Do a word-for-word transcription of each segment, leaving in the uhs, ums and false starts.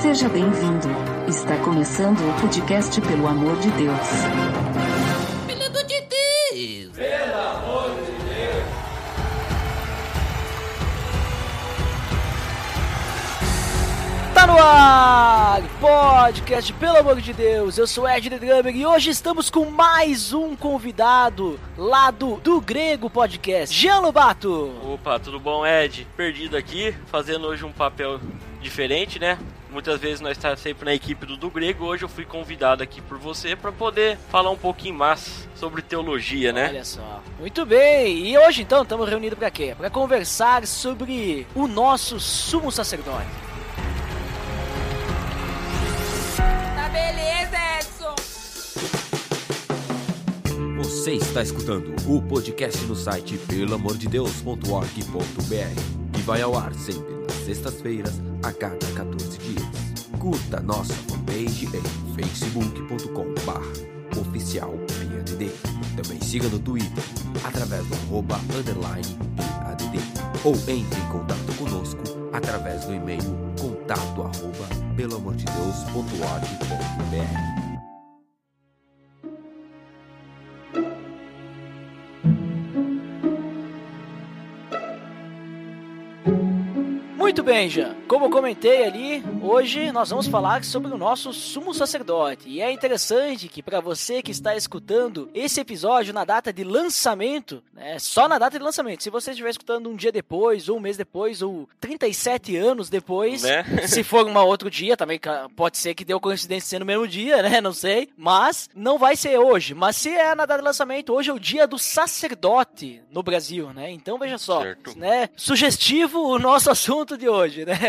Seja bem-vindo. Está começando o podcast Pelo Amor de Deus. Pelo amor de Deus! Pelo amor de Deus! Tá no ar! Podcast Pelo Amor de Deus. Eu sou Ed The Drummer e hoje estamos com mais um convidado lá do, do Grego Podcast, Jean Lobato. Opa, tudo bom, Ed? Perdido aqui, fazendo hoje um papel diferente, né? Muitas vezes nós estamos sempre na equipe do, do Grego. Hoje eu fui convidado aqui por você para poder falar um pouquinho mais sobre teologia, né? Olha só. Muito bem. E hoje então estamos reunidos para quê? Para conversar sobre o nosso sumo sacerdote. Tá beleza, Edson. Você está escutando o podcast no site pelo amor de deus ponto org ponto b r, que vai ao ar sempre nas sextas-feiras, a cada quatorze dias. Curta nossa fanpage em facebook ponto com barra oficial P A D D. Também siga no Twitter, através do arroba underline P A D D. Ou entre em contato conosco através do e-mail contato arroba pelo amor de deus ponto org ponto b r. Muito bem, Jean. Como eu comentei ali, hoje nós vamos falar sobre o nosso sumo sacerdote. E é interessante que para você que está escutando esse episódio na data de lançamento, né, só na data de lançamento, se você estiver escutando um dia depois, ou um mês depois, ou trinta e sete anos depois, né? Se for um outro dia, também pode ser que deu coincidência ser no mesmo dia, né? Não sei. Mas não vai ser hoje. Mas se é na data de lançamento, hoje é o dia do sacerdote no Brasil, né? Então veja só, certo, né? Sugestivo o nosso assunto de hoje, né?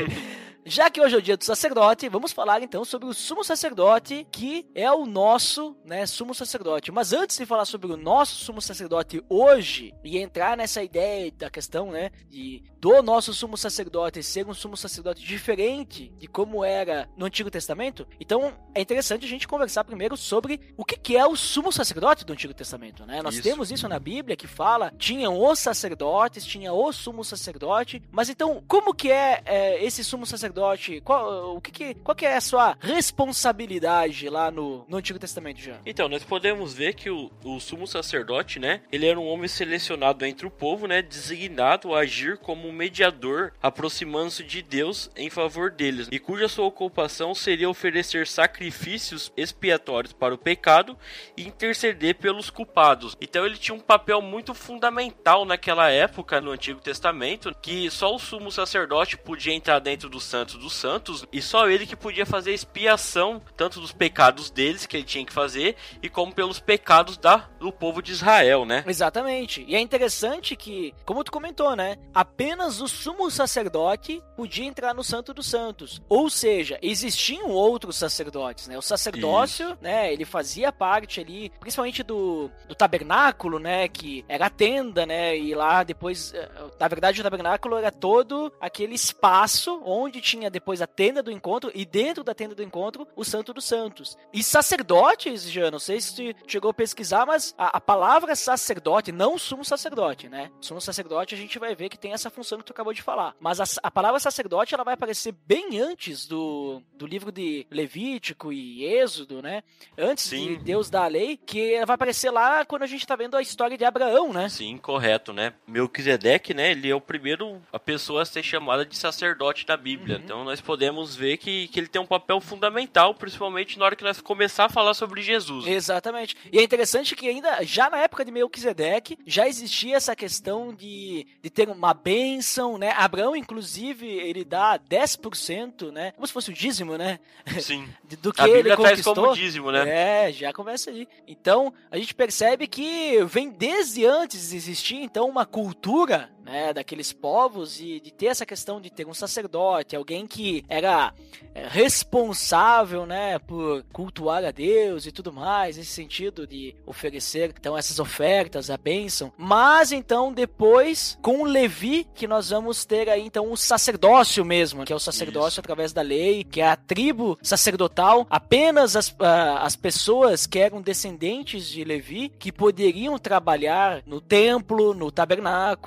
Já que hoje é o dia do sacerdote, vamos falar então sobre o sumo sacerdote, que é o nosso, né, sumo sacerdote. Mas antes de falar sobre o nosso sumo sacerdote hoje, e entrar nessa ideia da questão, né, de, do nosso sumo sacerdote ser um sumo sacerdote diferente de como era no Antigo Testamento, então é interessante a gente conversar primeiro sobre o que, que é o sumo sacerdote do Antigo Testamento, né? Nós isso. temos isso na Bíblia, que fala, tinham os sacerdotes, tinha o sumo sacerdote, mas então, como que é, é esse sumo sacerdote? Qual, o que que, qual que é a sua responsabilidade lá no, no Antigo Testamento, já? Então, nós podemos ver que o, o sumo sacerdote, né, ele era um homem selecionado entre o povo, né, designado a agir como um mediador, aproximando-se de Deus em favor deles, e cuja sua ocupação seria oferecer sacrifícios expiatórios para o pecado e interceder pelos culpados. Então ele tinha um papel muito fundamental naquela época no Antigo Testamento, que só o sumo sacerdote podia entrar dentro do santo dos santos, e só ele que podia fazer expiação tanto dos pecados deles, que ele tinha que fazer, e como pelos pecados da, do povo de Israel, né? Exatamente. E é interessante que, como tu comentou, né, apenas o sumo sacerdote podia entrar no santo dos santos. Ou seja, existiam outros sacerdotes, né? O sacerdócio, Isso. né, ele fazia parte ali, principalmente do, do tabernáculo, né, que era a tenda, né, e lá depois, na verdade o tabernáculo era todo aquele espaço onde tinha depois a tenda do encontro, e dentro da tenda do encontro, o santo dos santos. E sacerdotes, já não sei se tu chegou a pesquisar, mas a, a palavra sacerdote, não sumo sacerdote, né? Sumo sacerdote a gente vai ver que tem essa função que tu acabou de falar. Mas a, a palavra sacerdote, ela vai aparecer bem antes do, do livro de Levítico e Êxodo, né? Antes Sim. de Deus dar a lei, que ela vai aparecer lá quando a gente tá vendo a história de Abraão, né? Sim, correto, né? Melquisedeque, né? Ele é o primeiro, a pessoa a ser chamada de sacerdote da Bíblia. Uhum. Então nós podemos ver que, que ele tem um papel fundamental, principalmente na hora que nós começar a falar sobre Jesus. Exatamente. E é interessante que ainda, já na época de Melquisedeque, já existia essa questão de, de ter uma bênção, né? Abraão, inclusive, ele dá dez por cento, né? Como se fosse o dízimo, né? Sim. Do que a Bíblia ele conquistou. traz como dízimo, né? É, já começa aí. Então, a gente percebe que vem desde antes de existir, então, uma cultura, né, daqueles povos, e de ter essa questão de ter um sacerdote, alguém que era é, responsável, né, por cultuar a Deus e tudo mais, nesse sentido de oferecer, então, essas ofertas, a bênção. Mas, então, depois, com Levi, que nós vamos ter aí, então, o sacerdócio mesmo, que é o sacerdócio Isso. através da lei, que é a tribo sacerdotal, apenas as, uh, as pessoas que eram descendentes de Levi, que poderiam trabalhar no templo, no tabernáculo, né,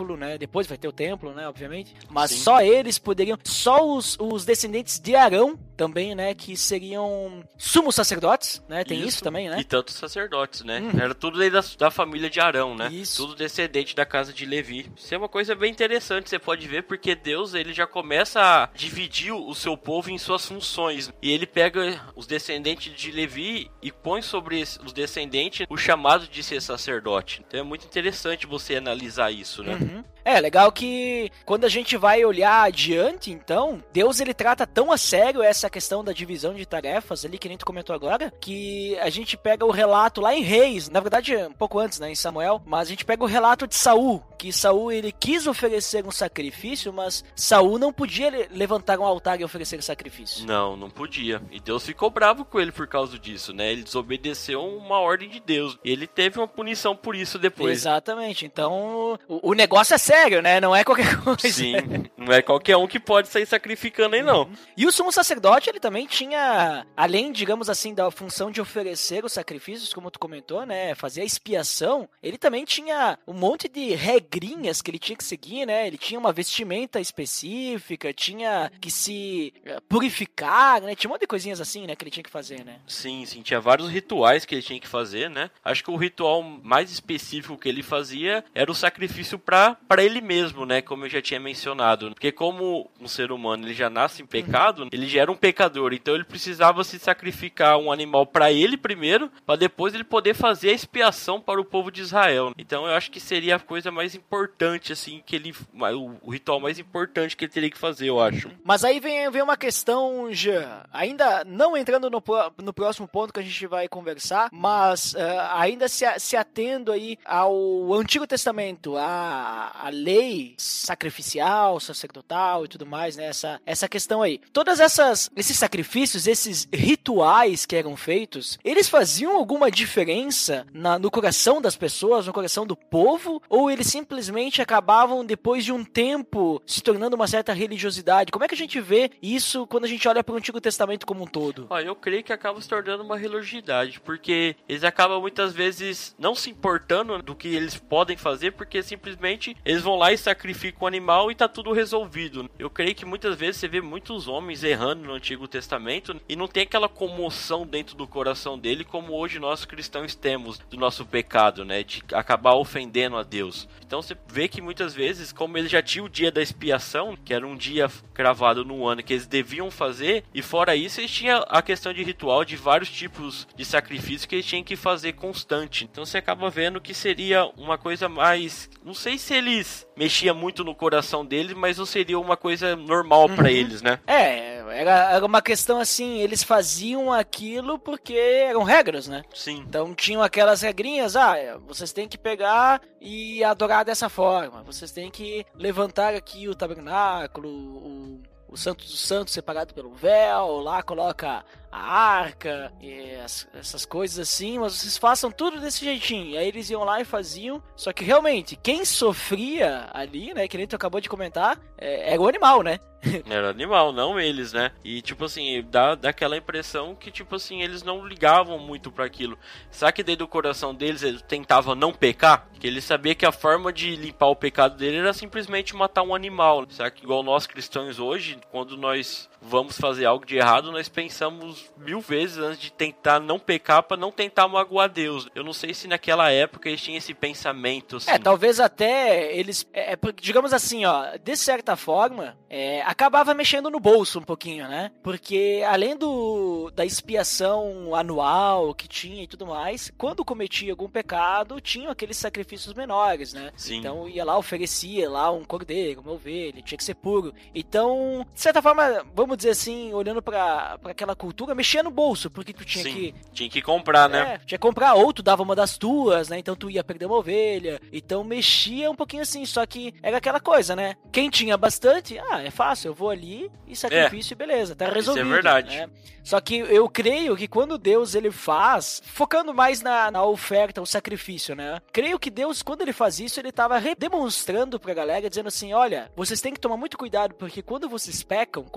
depois vai ter o templo, né, obviamente, mas Sim. só eles poderiam, só os, os descendentes de Arão também, né, que seriam sumos sacerdotes, né, tem isso, isso também, né? E tantos sacerdotes, né? Uhum. Era tudo aí da, da família de Arão, né? Isso. Tudo descendente da casa de Levi. Isso é uma coisa bem interessante, você pode ver, porque Deus, ele já começa a dividir o seu povo em suas funções. E ele pega os descendentes de Levi e põe sobre os descendentes o chamado de ser sacerdote. Então é muito interessante você analisar isso, né? Uhum. É, legal que quando a gente vai olhar adiante, então, Deus ele trata tão a sério essa questão da divisão de tarefas ali, que nem tu comentou agora, que a gente pega o relato lá em Reis, na verdade um pouco antes, né, em Samuel, mas a gente pega o relato de Saul, que Saul ele quis oferecer um sacrifício, mas Saul não podia levantar um altar e oferecer sacrifício. Não, não podia. E Deus ficou bravo com ele por causa disso, né? Ele desobedeceu uma ordem de Deus. E ele teve uma punição por isso depois. Exatamente. Então, o, o negócio é sério, né? Não é qualquer coisa. Sim, não é qualquer um que pode sair sacrificando aí, não. E o sumo sacerdote, ele também tinha, além, digamos assim, da função de oferecer os sacrifícios, como tu comentou, né? Fazer a expiação, ele também tinha um monte de regrinhas que ele tinha que seguir, né? Ele tinha uma vestimenta específica, tinha que se purificar, né? Tinha um monte de coisinhas assim, né? Que ele tinha que fazer, né? Sim, sim. Tinha vários rituais que ele tinha que fazer, né? Acho que o ritual mais específico que ele fazia era o sacrifício pra, pra ele mesmo, né? Como eu já tinha mencionado. Porque como um ser humano, ele já nasce em pecado, ele já era um pecador. Então ele precisava se sacrificar um animal pra ele primeiro, pra depois ele poder fazer a expiação para o povo de Israel. Então eu acho que seria a coisa mais importante, assim, que ele... O, o ritual mais importante que ele teria que fazer, eu acho. Mas aí vem, vem uma questão, já, ainda não entrando no, no próximo ponto que a gente vai conversar, mas uh, ainda se, se atendo aí ao Antigo Testamento, a, a lei sacrificial, sacerdotal e tudo mais, né? Essa, essa questão aí. Todas essas, esses sacrifícios, esses rituais que eram feitos, eles faziam alguma diferença na, no coração das pessoas, no coração do povo, ou eles simplesmente acabavam, depois de um tempo, se tornando uma certa religiosidade? Como é que a gente vê isso quando a gente olha para o Antigo Testamento como um todo? Ah, eu creio que acaba se tornando uma religiosidade, porque eles acabam muitas vezes não se importando do que eles podem fazer, porque simplesmente eles vão lá e sacrificam o animal e tá tudo resolvido. Eu creio que muitas vezes você vê muitos homens errando no Antigo Testamento e não tem aquela comoção dentro do coração dele como hoje nós cristãos temos do nosso pecado, né, de acabar ofendendo a Deus. Então você vê que muitas vezes, como eles já tinham o dia da expiação, que era um dia cravado no ano que eles deviam fazer, e fora isso eles tinham a questão de ritual de vários tipos de sacrifício que eles tinham que fazer constante. Então você acaba vendo que seria uma coisa mais... Não sei se eles mexiam muito no coração deles, mas não seria uma coisa normal uhum. pra eles, né? É, era, era uma questão assim, eles faziam aquilo porque eram regras, né? Sim. Então tinham aquelas regrinhas, ah, vocês têm que pegar e adorar dessa forma, vocês têm que levantar aqui o tabernáculo, o, o Santo dos Santos separado pelo véu, lá coloca a arca, e as, essas coisas assim, mas vocês façam tudo desse jeitinho. E aí eles iam lá e faziam, só que realmente, quem sofria ali, né, que nem tu acabou de comentar, é, era o animal, né? Era animal, não eles, né? E tipo assim, dá, dá aquela impressão que tipo assim, eles não ligavam muito pra aquilo. Será que dentro do coração deles eles tentavam não pecar? Que eles sabiam que a forma de limpar o pecado dele era simplesmente matar um animal. Será que igual nós cristãos hoje, quando nós vamos fazer algo de errado, nós pensamos mil vezes antes de tentar não pecar para não tentar magoar Deus. Eu não sei se naquela época eles tinham esse pensamento assim. É, talvez até eles, é, digamos assim, ó, de certa forma, é, acabava mexendo no bolso um pouquinho, né? Porque além do da expiação anual que tinha e tudo mais, quando cometia algum pecado, tinham aqueles sacrifícios menores, né? Sim. Então ia lá, oferecia lá um cordeiro, uma ovelha, tinha que ser puro. Então, de certa forma, vamos dizer assim, olhando pra, pra aquela cultura, mexia no bolso, porque tu tinha Sim, que... tinha que comprar, né? É, tinha que comprar, ou tu dava uma das tuas, né? Então tu ia perder uma ovelha. Então mexia um pouquinho assim, só que era aquela coisa, né? Quem tinha bastante, ah, é fácil, eu vou ali e sacrifício, é. Beleza, tá resolvido. Isso é verdade. Né? Só que eu creio que quando Deus ele faz, focando mais na, na oferta, o sacrifício, né? Creio que Deus, quando ele faz isso, ele tava demonstrando pra galera, dizendo assim, olha, vocês têm que tomar muito cuidado, porque quando vocês pecam, quando vocês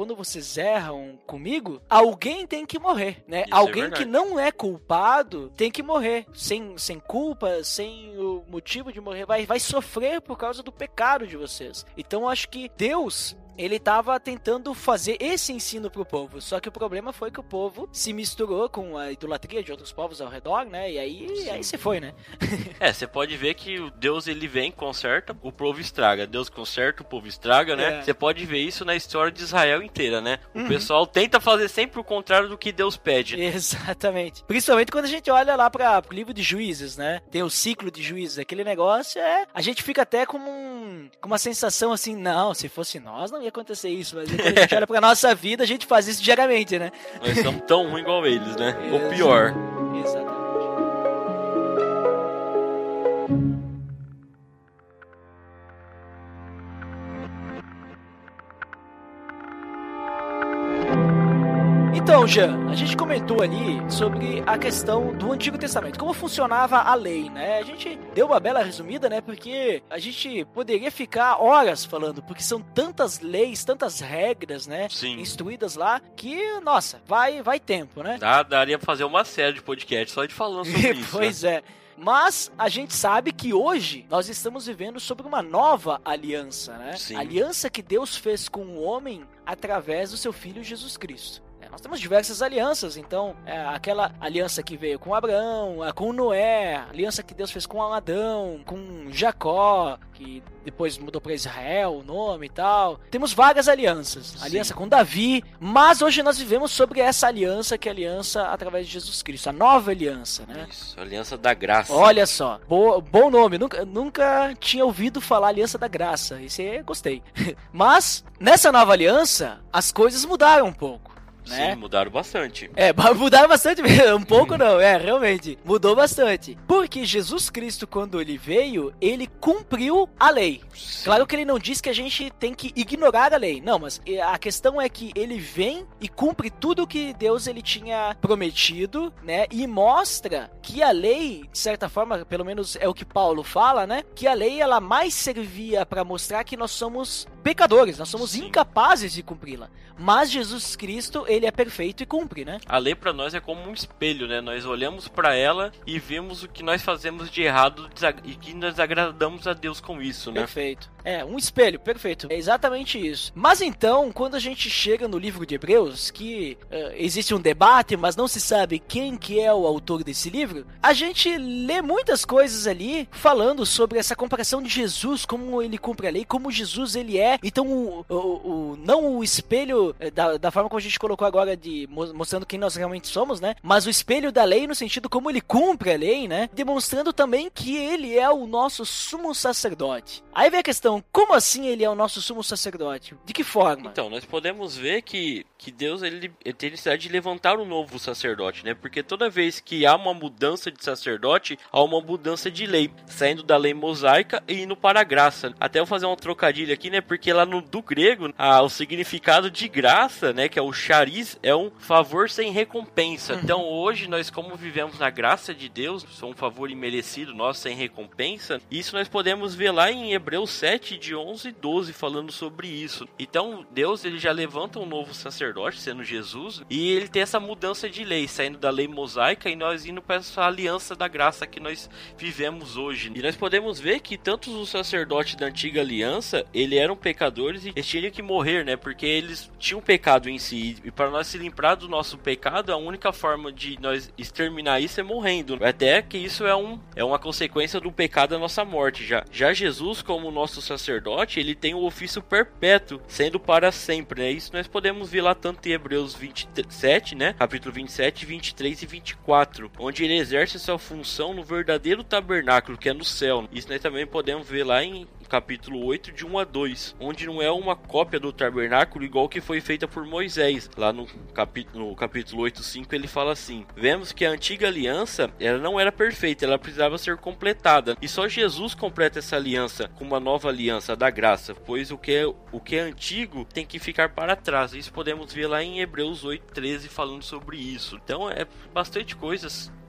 vocês erram comigo, alguém tem que morrer, né? Isso alguém é que não é culpado tem que morrer, sem, sem culpa, sem o motivo de morrer, vai, vai sofrer por causa do pecado de vocês. Então eu acho que Deus, ele estava tentando fazer esse ensino pro povo, só que o problema foi que o povo se misturou com a idolatria de outros povos ao redor, né? E aí, aí se foi, né? É, você pode ver que o Deus, ele vem, conserta, o povo estraga. Deus conserta, o povo estraga, né? Você é. pode ver isso na história de Israel inteira, né? O uhum. pessoal tenta fazer sempre o contrário do que Deus pede. Exatamente. Principalmente quando a gente olha lá para o livro de Juízes, né? Tem o ciclo de Juízes, aquele negócio é... A gente fica até com, um, com uma sensação assim, não, se fosse nós, não ia acontecer isso, mas quando a gente olha pra nossa vida, a gente faz isso diariamente, né? Nós estamos tão ruins igual eles, né? Ou pior. Exatamente. Então, Jean, a gente comentou ali sobre a questão do Antigo Testamento, como funcionava a lei, né? A gente deu uma bela resumida, né? Porque a gente poderia ficar horas falando, porque são tantas leis, tantas regras, né? Sim. Instruídas lá, que, nossa, vai, vai tempo, né? Dá, daria pra fazer uma série de podcast só de falando sobre isso. Pois né? é. Mas a gente sabe que hoje nós estamos vivendo sobre uma nova aliança, né? Sim. Aliança que Deus fez com o homem através do seu Filho Jesus Cristo. Nós temos diversas alianças, então é, aquela aliança que veio com Abraão, com Noé, aliança que Deus fez com Adão, com Jacó, que depois mudou para Israel o nome e tal. Temos várias alianças, Sim. aliança com Davi, mas hoje nós vivemos sobre essa aliança, que é a aliança através de Jesus Cristo, a nova aliança, né? Isso, aliança da graça. Olha só, bo, bom nome, nunca, nunca tinha ouvido falar aliança da graça, esse eu gostei. Mas, nessa nova aliança, as coisas mudaram um pouco. Né? Sim, mudaram bastante. É, mudaram bastante mesmo, um pouco não, é, realmente, mudou bastante. Porque Jesus Cristo, quando ele veio, ele cumpriu a lei. Sim. Claro que ele não diz que a gente tem que ignorar a lei, não, mas a questão é que ele vem e cumpre tudo que Deus ele tinha prometido, né, e mostra que a lei, de certa forma, pelo menos é o que Paulo fala, né, que a lei, ela mais servia para mostrar que nós somos pecadores, nós somos Sim. incapazes de cumpri-la. Mas Jesus Cristo, ele é perfeito e cumpre, né? A lei para nós é como um espelho, né? Nós olhamos para ela e vemos o que nós fazemos de errado e que nós agradamos a Deus com isso, né? Perfeito. É, um espelho, perfeito. É exatamente isso. Mas então, quando a gente chega no livro de Hebreus, que uh, existe um debate, mas não se sabe quem que é o autor desse livro, a gente lê muitas coisas ali falando sobre essa comparação de Jesus, como ele cumpre a lei, como Jesus ele é. Então, o, o, o, não o espelho da, da forma como a gente colocou agora, de mostrando quem nós realmente somos, né? Mas o espelho da lei no sentido como ele cumpre a lei, né? Demonstrando também que ele é o nosso sumo sacerdote. Aí vem a questão, como assim ele é o nosso sumo sacerdote? De que forma? Então, nós podemos ver que, que Deus ele, ele tem necessidade de levantar um novo sacerdote, né? Porque toda vez que há uma mudança de sacerdote, há uma mudança de lei, saindo da lei mosaica e indo para a graça. Até eu vou fazer um trocadilho aqui, né? Porque lá no do grego, ah, o significado de graça, né? Que é o charis, é um favor sem recompensa. Então hoje nós, como vivemos na graça de Deus, só um favor imerecido nosso sem recompensa, isso nós podemos ver lá em Hebreus sete, de onze e doze, falando sobre isso. Então Deus ele já levanta um novo sacerdote, sendo Jesus, e ele tem essa mudança de lei, saindo da lei mosaica e nós indo para essa aliança da graça que nós vivemos hoje. E nós podemos ver que tanto os sacerdotes da antiga aliança, eles eram pecadores e eles tinham que morrer, né? Porque eles tinham pecado em si, e para nós se livrar do nosso pecado, a única forma de nós exterminar isso é morrendo. Até que isso é, um, é uma consequência do pecado da nossa morte. Já, já Jesus, como nosso sacerdote, ele tem o ofício perpétuo, sendo para sempre, né? Isso nós podemos ver lá tanto em Hebreus vinte e sete, né? Capítulo vinte e sete, vinte e três e vinte e quatro, onde ele exerce sua função no verdadeiro tabernáculo, que é no céu. Isso nós também podemos ver lá em capítulo oito, de um a dois, onde não é uma cópia do tabernáculo igual que foi feita por Moisés. Lá no capítulo, no capítulo oito, cinco, ele fala assim: vemos que a antiga aliança, ela não era perfeita, ela precisava ser completada, e só Jesus completa essa aliança com uma nova aliança da graça, pois o que é, o que é antigo tem que ficar para trás. Isso podemos ver lá em Hebreus oito, treze, falando sobre isso. Então é bastante coisas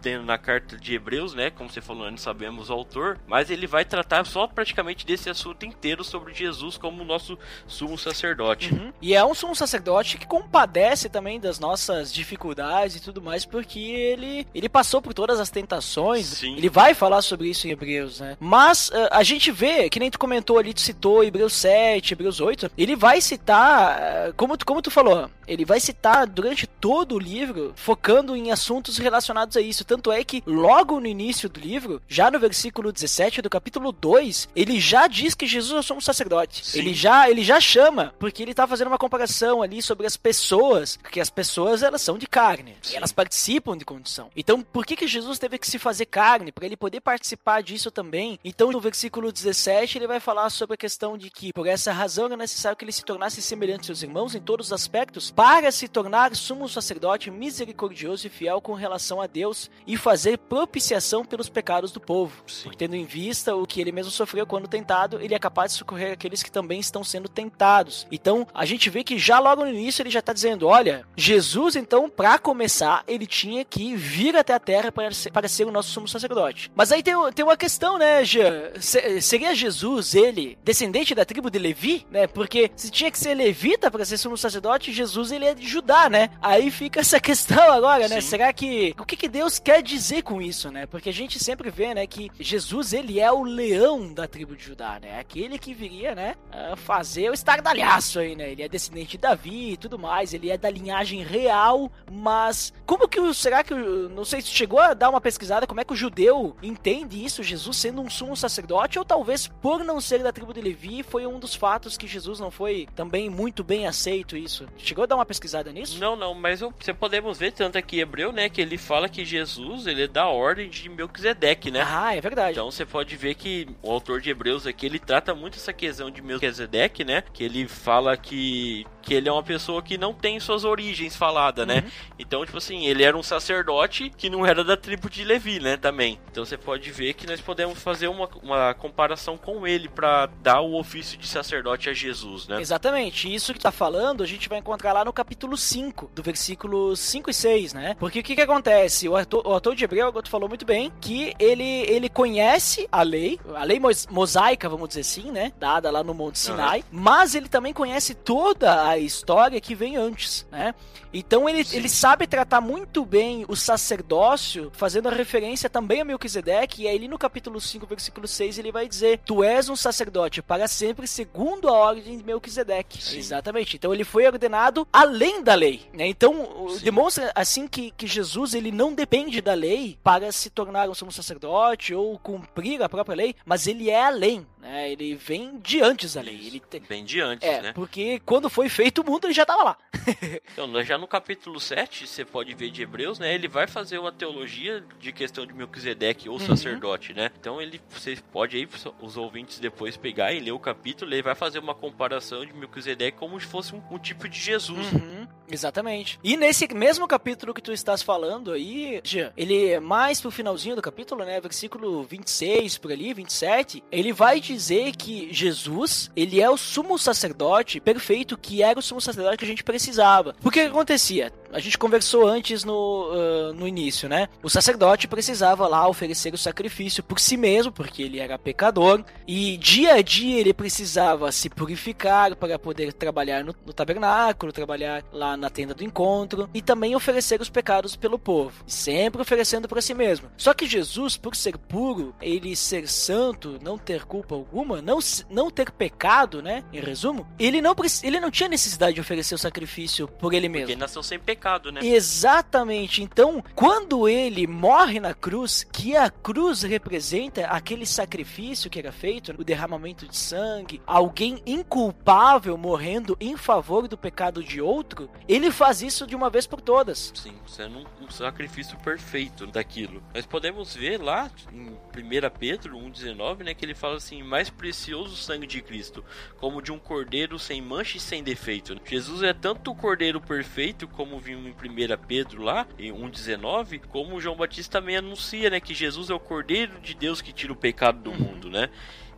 tendo na carta de Hebreus, né? Como você falou, não sabemos o autor, mas ele vai tratar só praticamente desse assunto inteiro sobre Jesus como o nosso sumo sacerdote. Uhum. E é um sumo sacerdote que compadece também das nossas dificuldades e tudo mais, porque ele, ele passou por todas as tentações. Sim. Ele vai falar sobre isso em Hebreus, né? Mas uh, a gente vê, que nem tu comentou ali, tu citou Hebreus sete, Hebreus oito, ele vai citar, uh, como, tu, como tu falou, ele vai citar durante todo o livro, focando em assuntos relacionados a isso. Tanto é que logo no início do livro, já no versículo dezessete do capítulo dois, ele já diz que Jesus é o sumo sacerdote. Sim. Ele já, ele já chama, porque ele tá fazendo uma comparação ali sobre as pessoas, porque as pessoas, elas são de carne, e elas participam de condição. Então, por que que Jesus teve que se fazer carne? Para ele poder participar disso também. Então, no versículo dezessete, ele vai falar sobre a questão de que, por essa razão, é necessário que ele se tornasse semelhante aos seus irmãos em todos os aspectos, para se tornar sumo sacerdote misericordioso e fiel com relação a Deus e fazer propiciação pelos pecados do povo. Sim. Porque, tendo em vista o que ele mesmo sofreu quando tentado, ele é capaz de socorrer aqueles que também estão sendo tentados. Então, a gente vê que já logo no início ele já está dizendo, olha, Jesus, então, para começar, ele tinha que vir até a terra para ser, para ser o nosso sumo sacerdote. Mas aí tem, tem uma questão, né, Jean? Seria Jesus, ele, descendente da tribo de Levi, né? Porque se tinha que ser levita para ser sumo sacerdote, Jesus, ele é de Judá, né? Aí fica essa questão agora, né? Sim. Será que... O que que Deus quer dizer com isso, né? Porque a gente sempre vê, né, que Jesus, ele é o leão da tribo de Judá, né? Aquele que viria, né, a fazer o estardalhaço aí, né? Ele é descendente de Davi e tudo mais, ele é da linhagem real, mas como que o... Será que... Não sei se chegou a dar uma pesquisada como é que o judeu entende isso, Jesus sendo um sumo sacerdote, ou talvez por não ser da tribo de Levi, foi um dos fatos que Jesus não foi também muito bem aceito isso. Chegou a dar uma pesquisada nisso? Não, não, mas eu, você podemos ver tanto aqui em Hebreu, né, que ele fala que Jesus, ele é da ordem de Melquisedeque, né? Ah, é verdade. Então você pode ver que o autor de Hebreus aqui, ele trata muito essa questão de Melquisedeque, né? Que ele fala que, que ele é uma pessoa que não tem suas origens faladas, né? Uhum. Então, tipo assim, ele era um sacerdote que não era da tribo de Levi, né? Também. Então você pode ver que nós podemos fazer uma, uma comparação com ele para dar o ofício de sacerdote a Jesus, né? Exatamente. Isso que tá falando, a gente vai encontrar lá no capítulo cinco, do versículo cinco e seis, né? Porque o que que acontece? O autor, o autor de Hebreu, tu falou muito bem, que ele, ele conhece a lei, a lei mosaica, vamos dizer assim, né? Dada lá no Monte Sinai, uhum. Mas ele também conhece toda a história que vem antes, né? Então ele, ele sabe tratar muito bem o sacerdócio, fazendo a referência também a Melquisedeque, e aí ali no capítulo cinco, versículo seis, ele vai dizer, tu és um sacerdote para sempre segundo a ordem de Melquisedeque. Sim. Exatamente. Então ele foi ordenado além da lei, né? Então Sim. demonstra assim que, que Jesus, ele não depende da lei para se tornar um sumo sacerdote ou cumprir a própria lei, mas ele é além, né? Ele vem de antes da lei. Ele te... Vem de antes, é, né? Porque quando foi feito o mundo, ele já estava lá. Então, já no capítulo sete, você pode ver de Hebreus, né? Ele vai fazer uma teologia de questão de Melquisedeque ou uhum. sacerdote, né? Então, ele, você pode aí, os ouvintes depois pegar e ler o capítulo, ele vai fazer uma comparação de Melquisedeque como se fosse um, um tipo de Jesus. Uhum. Exatamente. E nesse mesmo capítulo que tu estás falando aí, Jean, ele mais pro finalzinho do capítulo, né? Versículo vinte e seis, por ali, vinte e sete, ele vai dizer que Jesus, ele é o sumo sacerdote perfeito, que era o sumo sacerdote que a gente precisava. Porque o que acontecia? A gente conversou antes no, uh, no início, né? O sacerdote precisava lá oferecer o sacrifício por si mesmo, porque ele era pecador, e dia a dia ele precisava se purificar para poder trabalhar no, no tabernáculo, trabalhar lá na tenda do encontro, e também oferecer os pecados pelo povo, sempre oferecendo para si mesmo. Só que Jesus, por ser puro, ele ser santo, não ter culpa alguma, não, não ter pecado, né? Em resumo, ele não, ele não tinha necessidade de oferecer o sacrifício por ele mesmo. Porque ele nasceu sem pecado, né? Exatamente. Então, quando ele morre na cruz, que a cruz representa aquele sacrifício que era feito, o derramamento de sangue, alguém inculpável morrendo em favor do pecado de outro, ele faz isso de uma vez por todas. Sim, sendo um, um sacrifício perfeito daquilo. Nós podemos ver lá em primeira Pedro um, dezenove, né, que ele fala assim, mais precioso o sangue de Cristo, como de um cordeiro sem mancha e sem defeito. Jesus é tanto o cordeiro perfeito, como vimos em primeira Pedro lá, em um, dezenove, como João Batista também anuncia, né, que Jesus é o cordeiro de Deus que tira o pecado do mundo, né?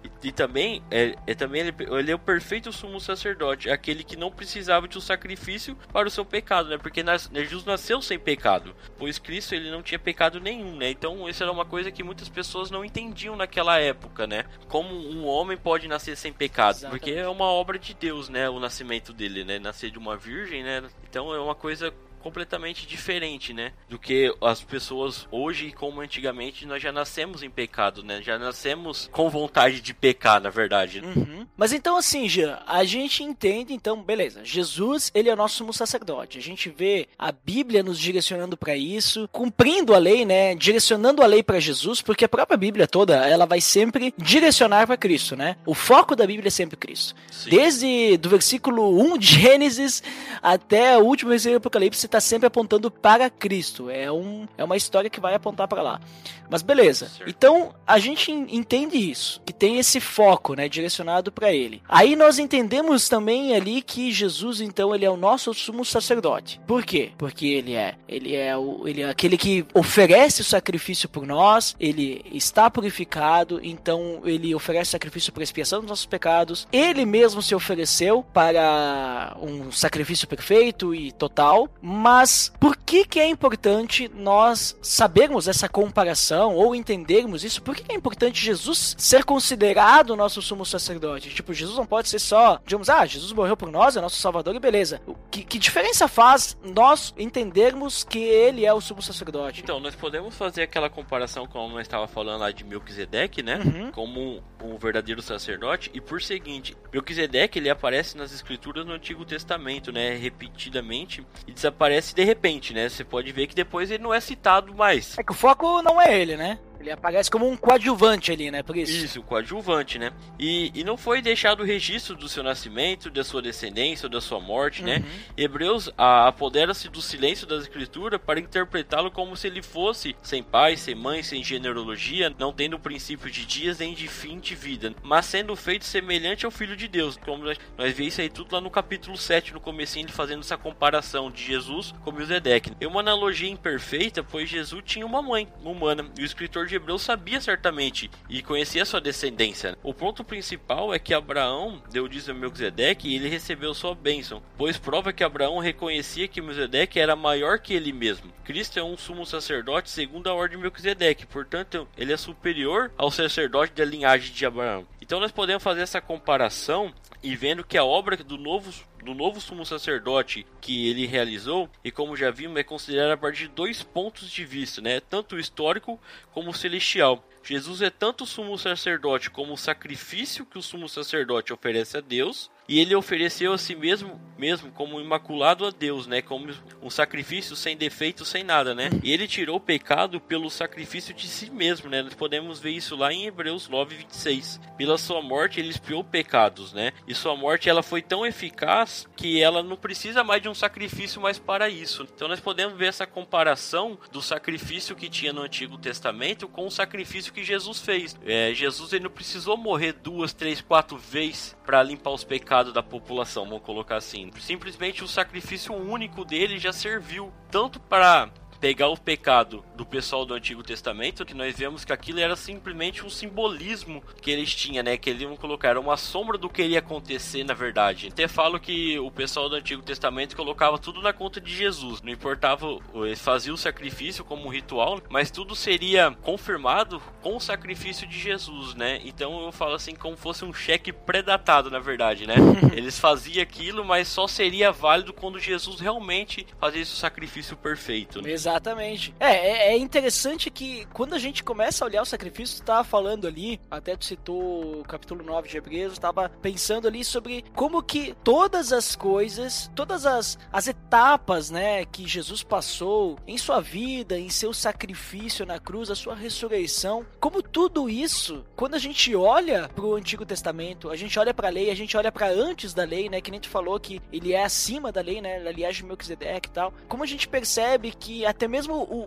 E, e também, é, é também ele, ele é o perfeito sumo sacerdote, aquele que não precisava de um sacrifício para o seu pecado, né? Porque nas, Jesus nasceu sem pecado, pois Cristo ele não tinha pecado nenhum, né? Então isso era uma coisa que muitas pessoas não entendiam naquela época, né? Como um homem pode nascer sem pecado? Exatamente. Porque é uma obra de Deus, né? O nascimento dele, né? Nascer de uma virgem, né? Então é uma coisa completamente diferente, né, do que as pessoas hoje, como antigamente, nós já nascemos em pecado, né, já nascemos com vontade de pecar, na verdade. Uhum. Mas então assim, Jean, a gente entende, então, beleza, Jesus, ele é o nosso sumo sacerdote, a gente vê a Bíblia nos direcionando para isso, cumprindo a lei, né, direcionando a lei para Jesus, porque a própria Bíblia toda, ela vai sempre direcionar para Cristo, né, o foco da Bíblia é sempre Cristo. Sim. Desde do versículo um de Gênesis até o último versículo do Apocalipse, está sempre apontando para Cristo. É, um, é uma história que vai apontar para lá. Mas beleza. Certo. Então, a gente entende isso, que tem esse foco, né, direcionado para ele. Aí nós entendemos também ali que Jesus, então, ele é o nosso sumo sacerdote. Por quê? Porque ele é, ele é, o, ele é aquele que oferece o sacrifício por nós, ele está purificado, então ele oferece sacrifício por expiação dos nossos pecados. Ele mesmo se ofereceu para um sacrifício perfeito e total. Mas por que que é importante nós sabermos essa comparação ou entendermos isso? Por que que é importante Jesus ser considerado o nosso sumo sacerdote? Tipo, Jesus não pode ser só, digamos, ah, Jesus morreu por nós, é nosso salvador e beleza. Que, que diferença faz nós entendermos que ele é o sumo sacerdote? Então, nós podemos fazer aquela comparação como nós estávamos falando lá de Melquisedeque, né? Uhum. Como um, um verdadeiro sacerdote. E por seguinte, Melquisedeque, ele aparece nas escrituras no Antigo Testamento, né? Repetidamente e desaparece de repente, né? Você pode ver que depois ele não é citado mais. É que o foco não é ele, né? Ele aparece como um coadjuvante ali, né? Por isso. Isso, coadjuvante, né? E, e não foi deixado o registro do seu nascimento, da sua descendência ou da sua morte, uhum. né? Hebreus a, apodera-se do silêncio das escrituras para interpretá-lo como se ele fosse sem pai, sem mãe, sem genealogia, não tendo princípio de dias nem de fim de vida, mas sendo feito semelhante ao Filho de Deus. Como nós, nós vemos isso aí tudo lá no capítulo sete, no comecinho, ele fazendo essa comparação de Jesus com Melquisedeque. É uma analogia imperfeita, pois Jesus tinha uma mãe humana, e o escritor de Hebreus sabia certamente e conhecia sua descendência. O ponto principal é que Abraão deu dízimo a Melquisedeque e ele recebeu sua bênção, pois prova que Abraão reconhecia que Melquisedeque era maior que ele mesmo. Cristo é um sumo sacerdote segundo a ordem de Melquisedeque, portanto ele é superior ao sacerdote da linhagem de Abraão. Então nós podemos fazer essa comparação e vendo que a obra do novo do novo sumo sacerdote que ele realizou, e como já vimos, é considerada a partir de dois pontos de vista, né? Tanto o histórico como o celestial. Jesus é tanto o sumo sacerdote como o sacrifício que o sumo sacerdote oferece a Deus, e ele ofereceu a si mesmo, mesmo como imaculado a Deus, né? Como um sacrifício sem defeito, sem nada, né? E ele tirou o pecado pelo sacrifício de si mesmo, né? Nós podemos ver isso lá em Hebreus nove, vinte e seis. Pela sua morte ele expiou pecados, né? E sua morte ela foi tão eficaz que ela não precisa mais de um sacrifício mais para isso. Então nós podemos ver essa comparação do sacrifício que tinha no Antigo Testamento com o sacrifício que Jesus fez. É, Jesus ele não precisou morrer duas, três, quatro vezes para limpar os pecados da população, vamos colocar assim. Simplesmente o sacrifício único dele já serviu tanto para pegar o pecado do pessoal do Antigo Testamento, que nós vemos que aquilo era simplesmente um simbolismo que eles tinham, né? Que eles iam colocar, era uma sombra do que iria acontecer na verdade. Até falo que o pessoal do Antigo Testamento colocava tudo na conta de Jesus. Não importava, eles faziam o sacrifício como um ritual, mas tudo seria confirmado com o sacrifício de Jesus, né? Então eu falo assim, como fosse um cheque pré-datado, na verdade, né? Eles faziam aquilo, mas só seria válido quando Jesus realmente fazia esse sacrifício perfeito, né? Exatamente. É, é interessante que quando a gente começa a olhar o sacrifício, tu tava falando ali, até tu citou o capítulo nove de Hebreus, tava pensando ali sobre como que todas as coisas, todas as, as etapas, né, que Jesus passou em sua vida, em seu sacrifício na cruz, a sua ressurreição, como tudo isso, quando a gente olha pro Antigo Testamento, a gente olha pra lei, a gente olha pra antes da lei, né, que nem tu falou que ele é acima da lei, né, da linhagem de Melquisedeque e tal, como a gente percebe que até mesmo o, o motivo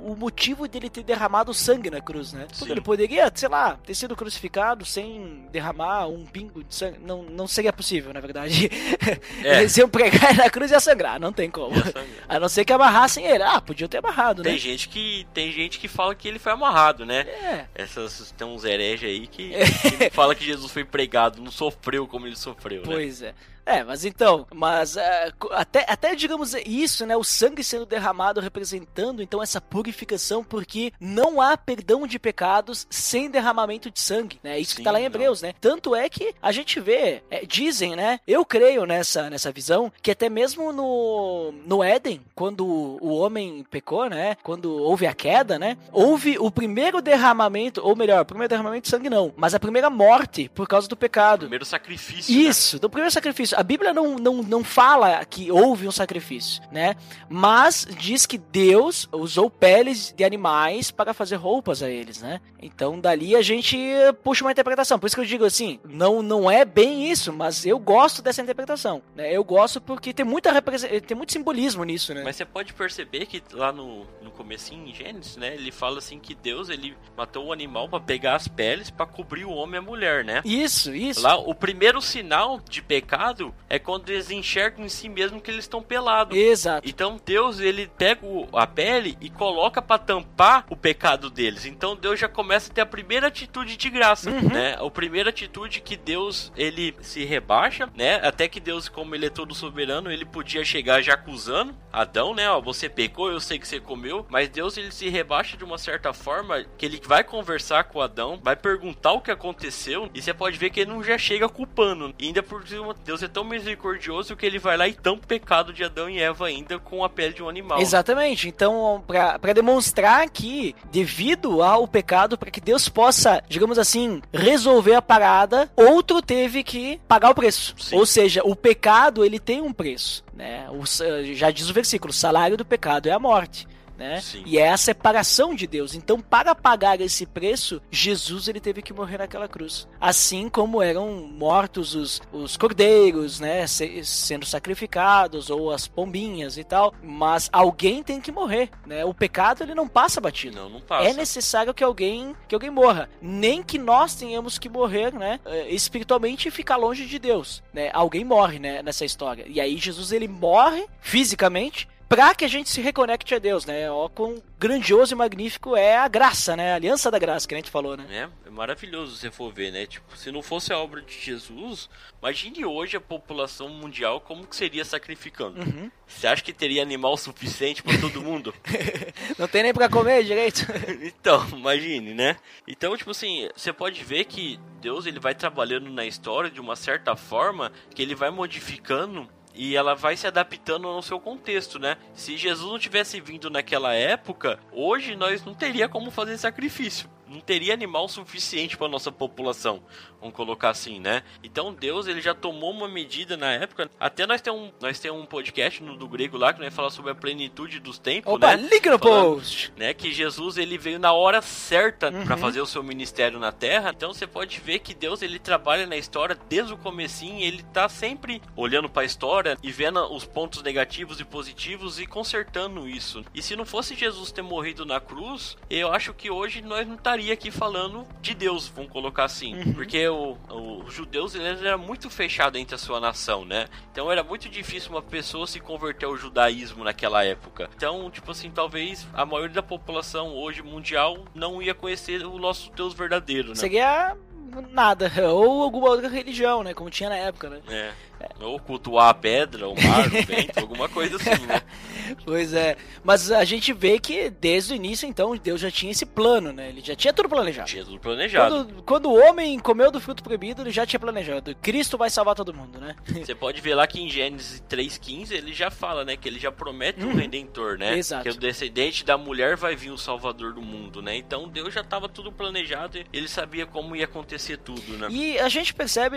motivo dele ter derramado sangue na cruz, né? Porque Sim. ele poderia, sei lá, ter sido crucificado sem derramar um pingo de sangue. Não, não seria possível, na verdade. É. Eles iam pregar na cruz e ia sangrar, não tem como. Ia sangrar. A não ser que amarrassem ele. Ah, podiam ter amarrado, Tem né? gente que tem gente que fala que ele foi amarrado, né? É. Essas tem uns hereges aí que, que fala que Jesus foi pregado, não sofreu como ele sofreu, né? Pois é. É, mas então, mas é, até, até digamos isso, né, o sangue sendo derramado representando então essa purificação, porque não há perdão de pecados sem derramamento de sangue, né, isso Sim, que tá lá em Hebreus, né, tanto é que a gente vê, é, dizem, né, eu creio nessa, nessa visão, que até mesmo no, no Éden, quando o homem pecou, né, quando houve a queda, né, houve o primeiro derramamento, ou melhor, o primeiro derramamento de sangue não, mas a primeira morte por causa do pecado. Primeiro sacrifício. Isso, né? Do primeiro sacrifício. A Bíblia não, não, não fala que houve um sacrifício, né? Mas diz que Deus usou peles de animais para fazer roupas a eles, né? Então dali a gente puxa uma interpretação. Por isso que eu digo assim, não, não é bem isso, mas eu gosto dessa interpretação, né? Eu gosto porque tem, muita represent... tem muito simbolismo nisso, né? Mas você pode perceber que lá no, no comecinho, em Gênesis, né? Ele fala assim que Deus, ele matou o animal para pegar as peles para cobrir o homem e a mulher, né? Isso, isso. Lá, o primeiro sinal de pecado é quando eles enxergam em si mesmo que eles estão pelados. Exato. Então Deus, ele pega o, a pele e coloca para tampar o pecado deles. Então Deus já começa a ter a primeira atitude de graça, uhum. né? A primeira atitude que Deus, ele se rebaixa, né? Até que Deus, como ele é todo soberano, ele podia chegar já acusando Adão, né? Ó, você pecou, eu sei que você comeu, mas Deus, ele se rebaixa de uma certa forma que ele vai conversar com Adão, vai perguntar o que aconteceu, e você pode ver que ele não já chega culpando. E ainda por cima, Deus é tão misericordioso que ele vai lá e tampa o pecado de Adão e Eva ainda com a pele de um animal. Exatamente. Então, para demonstrar que, devido ao pecado, para que Deus possa, digamos assim, resolver a parada, outro teve que pagar o preço. Sim. Ou seja, o pecado, ele tem um preço, né? O, já diz o versículo, o salário do pecado é a morte. Né? E é a separação de Deus. Então, para pagar esse preço, Jesus, ele teve que morrer naquela cruz. Assim como eram mortos os, os cordeiros, né, se, sendo sacrificados, ou as pombinhas e tal. Mas alguém tem que morrer, né? O pecado, ele não passa batido. Não, não passa. É necessário que alguém, que alguém morra. Nem que nós tenhamos que morrer, né, espiritualmente e ficar longe de Deus, né? Alguém morre, né, nessa história. E aí Jesus, ele morre fisicamente para que a gente se reconecte a Deus, né? Ó, quão grandioso e magnífico é a graça, né? A aliança da graça, que a gente falou, né? É, é maravilhoso se você for ver, né? Tipo, se não fosse a obra de Jesus, imagine hoje a população mundial como que seria sacrificando. Uhum. Você acha que teria animal suficiente para todo mundo? Não tem nem para comer direito. Então, imagine, né? Então, tipo assim, você pode ver que Deus, ele vai trabalhando na história de uma certa forma que ele vai modificando e ela vai se adaptando ao seu contexto, né? Se Jesus não tivesse vindo naquela época, hoje nós não teria como fazer sacrifício. Não teria animal suficiente para nossa população, vamos colocar assim, né? Então Deus, ele já tomou uma medida na época. Até nós temos um, nós temos um podcast no do grego lá que nós falamos sobre a plenitude dos tempos, Opa, né? link no Falando, post. né, que Jesus, ele veio na hora certa Uhum. para fazer o seu ministério na Terra. Então você pode ver que Deus, ele trabalha na história desde o comecinho, ele tá sempre olhando para a história e vendo os pontos negativos e positivos e consertando isso. E se não fosse Jesus ter morrido na cruz, eu acho que hoje nós não estaríamos aqui falando de Deus, vamos colocar assim, uhum. porque o, o, os judeus, eles eram muito fechados entre a sua nação, né? Então era muito difícil uma pessoa se converter ao judaísmo naquela época. Então, tipo assim, talvez a maioria da população hoje mundial não ia conhecer o nosso Deus verdadeiro, né? Seria nada, ou alguma outra religião, né, como tinha na época, né? É. Ou cultuar a pedra, o mar, o vento, alguma coisa assim, né? Pois é, mas a gente vê que desde o início, então, Deus já tinha esse plano, né? Ele já tinha tudo planejado. Tinha tudo planejado. Quando, quando o homem comeu do fruto proibido, ele já tinha planejado. Cristo vai salvar todo mundo, né? Você pode ver lá que em Gênesis três quinze ele já fala, né? Que ele já promete um uhum. Redentor, né? Exato. Que o descendente da mulher vai vir o Salvador do mundo, né? Então Deus já estava tudo planejado e ele sabia como ia acontecer tudo, né? E a gente percebe,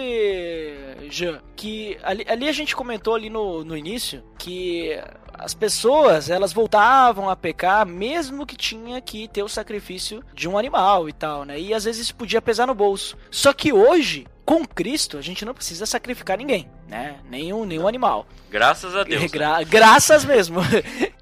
Jean, que ali, ali a gente comentou ali no, no início que as pessoas, elas voltavam a pecar mesmo que tinha que ter o sacrifício de um animal e tal, né? E às vezes isso podia pesar no bolso. Só que hoje, com Cristo, a gente não precisa sacrificar ninguém, né? Nenhum, nenhum animal. Graças a Deus. Gra- né? Graças mesmo.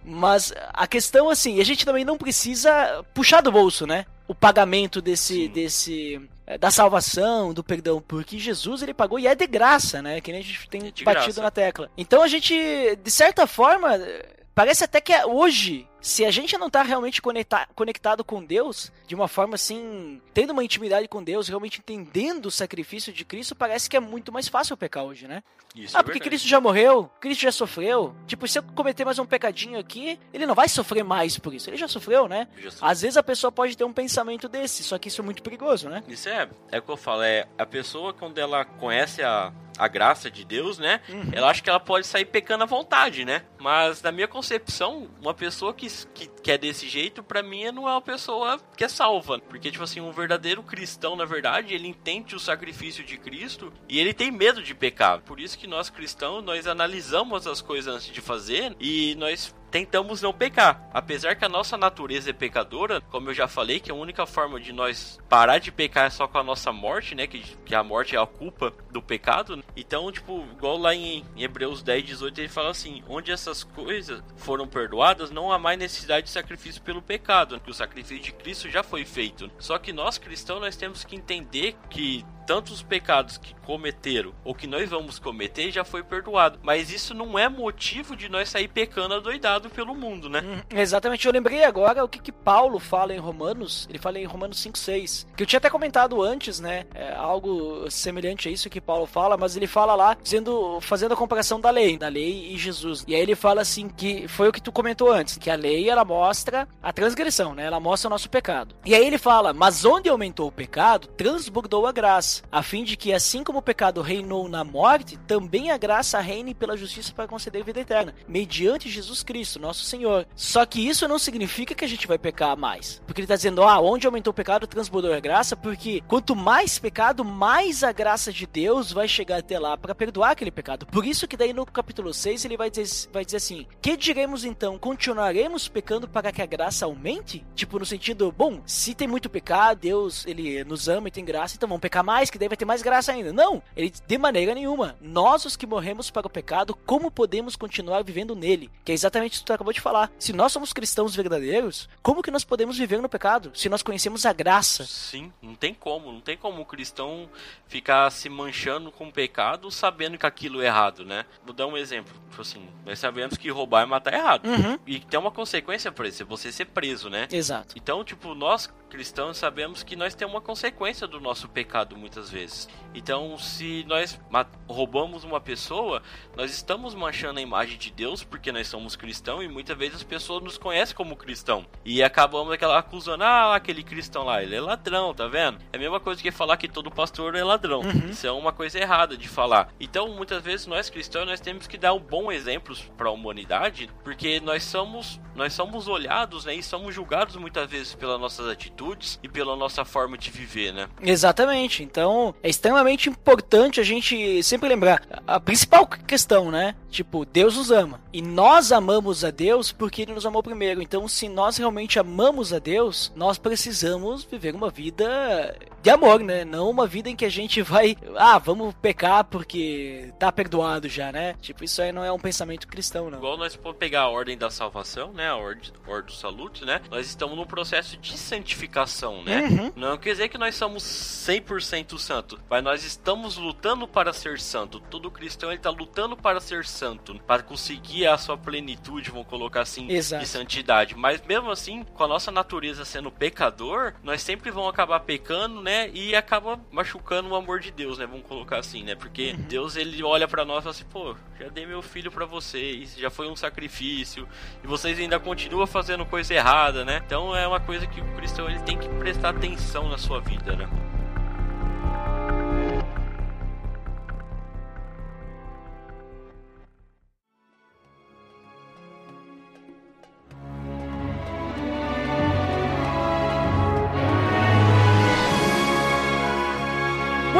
Mas a questão, assim, a gente também não precisa puxar do bolso, né? O pagamento desse, desse da salvação, do perdão, porque Jesus ele pagou e é de graça, né? Que nem a gente tem é batido graça. na tecla. Então a gente, de certa forma, parece até que hoje, se a gente não tá realmente conecta, conectado com Deus, de uma forma assim, tendo uma intimidade com Deus, realmente entendendo o sacrifício de Cristo, parece que é muito mais fácil pecar hoje, né? Isso ah, é porque verdade. Cristo já morreu, Cristo já sofreu. Tipo, se eu cometer mais um pecadinho aqui, ele não vai sofrer mais por isso. Ele já sofreu, né? Já sofreu. Às vezes a pessoa pode ter um pensamento desse, só que isso é muito perigoso, né? Isso é, é o que eu falo, é a pessoa quando ela conhece a, a graça de Deus, né? Uhum. Ela acha que ela pode sair pecando à vontade, né? Mas na minha concepção, uma pessoa que, que, que é desse jeito, pra mim não é uma pessoa que é salva. Porque, tipo assim, um verdadeiro cristão, na verdade, ele entende o sacrifício de Cristo e ele tem medo de pecar. Por isso que nós cristãos, nós analisamos as coisas antes de fazer e nós tentamos não pecar. Apesar que a nossa natureza é pecadora, como eu já falei, que a única forma de nós parar de pecar é só com a nossa morte, né? Que, que a morte é a culpa do pecado. Então, tipo, igual lá em, em Hebreus dez, dezoito, ele fala assim, onde essas coisas foram perdoadas, não há mais necessidade de sacrifício pelo pecado, que o sacrifício de Cristo já foi feito. Só que nós cristãos, nós temos que entender que tanto os pecados que cometeram ou que nós vamos cometer já foi perdoado. Mas isso não é motivo de nós sair pecando adoidado pelo mundo, né? Hum, exatamente, eu lembrei agora o que, que Paulo fala em Romanos. Ele fala em Romanos cinco, seis, que eu tinha até comentado antes, né? É algo semelhante a isso que Paulo fala, mas ele fala lá, dizendo, fazendo a comparação da lei, da lei e Jesus. E aí ele fala assim, que foi o que tu comentou antes, que a lei, ela mostra a transgressão, né? Ela mostra o nosso pecado. E aí ele fala, mas onde aumentou o pecado, transbordou a graça, a fim de que assim como o pecado reinou na morte, também a graça reine pela justiça para conceder vida eterna, mediante Jesus Cristo, nosso Senhor. Só que isso não significa que a gente vai pecar mais. Porque ele está dizendo, ah, onde aumentou o pecado, transbordou a graça, porque quanto mais pecado, mais a graça de Deus vai chegar até lá para perdoar aquele pecado. Por isso que daí no capítulo seis ele vai dizer, vai dizer assim, que diremos então? Continuaremos pecando para que a graça aumente? Tipo, no sentido, bom, se tem muito pecado, Deus, ele nos ama e tem graça, então vamos pecar mais, que daí vai ter mais graça ainda. Não, ele de maneira nenhuma. Nós os que morremos para o pecado, como podemos continuar vivendo nele? Que é exatamente isso que tu acabou de falar. Se nós somos cristãos verdadeiros, como que nós podemos viver no pecado? Se nós conhecemos a graça. Sim, não tem como. Não tem como o cristão ficar se manchando com o pecado sabendo que aquilo é errado, né? Vou dar um exemplo. Assim, nós sabemos que roubar e matar é errado. Uhum. E tem uma consequência para isso, é você ser preso, né? Exato. Então, tipo, nós cristãos sabemos que nós temos uma consequência do nosso pecado muitas vezes. Então, se nós roubamos uma pessoa, nós estamos manchando a imagem de Deus porque nós somos cristãos e muitas vezes as pessoas nos conhecem como cristão. E acabamos aquela acusando, ah, aquele cristão lá, ele é ladrão, tá vendo? É a mesma coisa que falar que todo pastor é ladrão. Uhum. Isso é uma coisa errada de falar. Então, muitas vezes nós cristãos, nós temos que dar um bom exemplo para a humanidade, porque nós somos, nós somos olhados, né, e somos julgados muitas vezes pelas nossas atitudes e pela nossa forma de viver, né? Exatamente. Então, é extremamente importante a gente sempre lembrar a principal questão, né? Tipo, Deus nos ama. E nós amamos a Deus porque Ele nos amou primeiro. Então, se nós realmente amamos a Deus, nós precisamos viver uma vida de amor, né? Não uma vida em que a gente vai, ah, vamos pecar porque tá perdoado já, né? Tipo, isso aí não é um pensamento cristão, não. Igual nós podemos pegar a ordem da salvação, né? A ordem, ordem do salute, né? Nós estamos num processo de santificação, né? Uhum. Não quer dizer que nós somos cem por cento santo, mas nós estamos lutando para ser santo. Todo cristão, ele tá lutando para ser santo, para conseguir a sua plenitude, vamos colocar assim, Exato. de santidade. Mas mesmo assim, com a nossa natureza sendo pecador, nós sempre vamos acabar pecando, né? E acaba machucando o amor de Deus, né? Vamos colocar assim, né? Porque uhum. Deus, ele olha para nós e fala assim, pô, já dei meu filho para vocês, já foi um sacrifício, e vocês ainda continuam fazendo coisa errada, né? Então é uma coisa que o cristão, ele tem que prestar atenção na sua vida, né?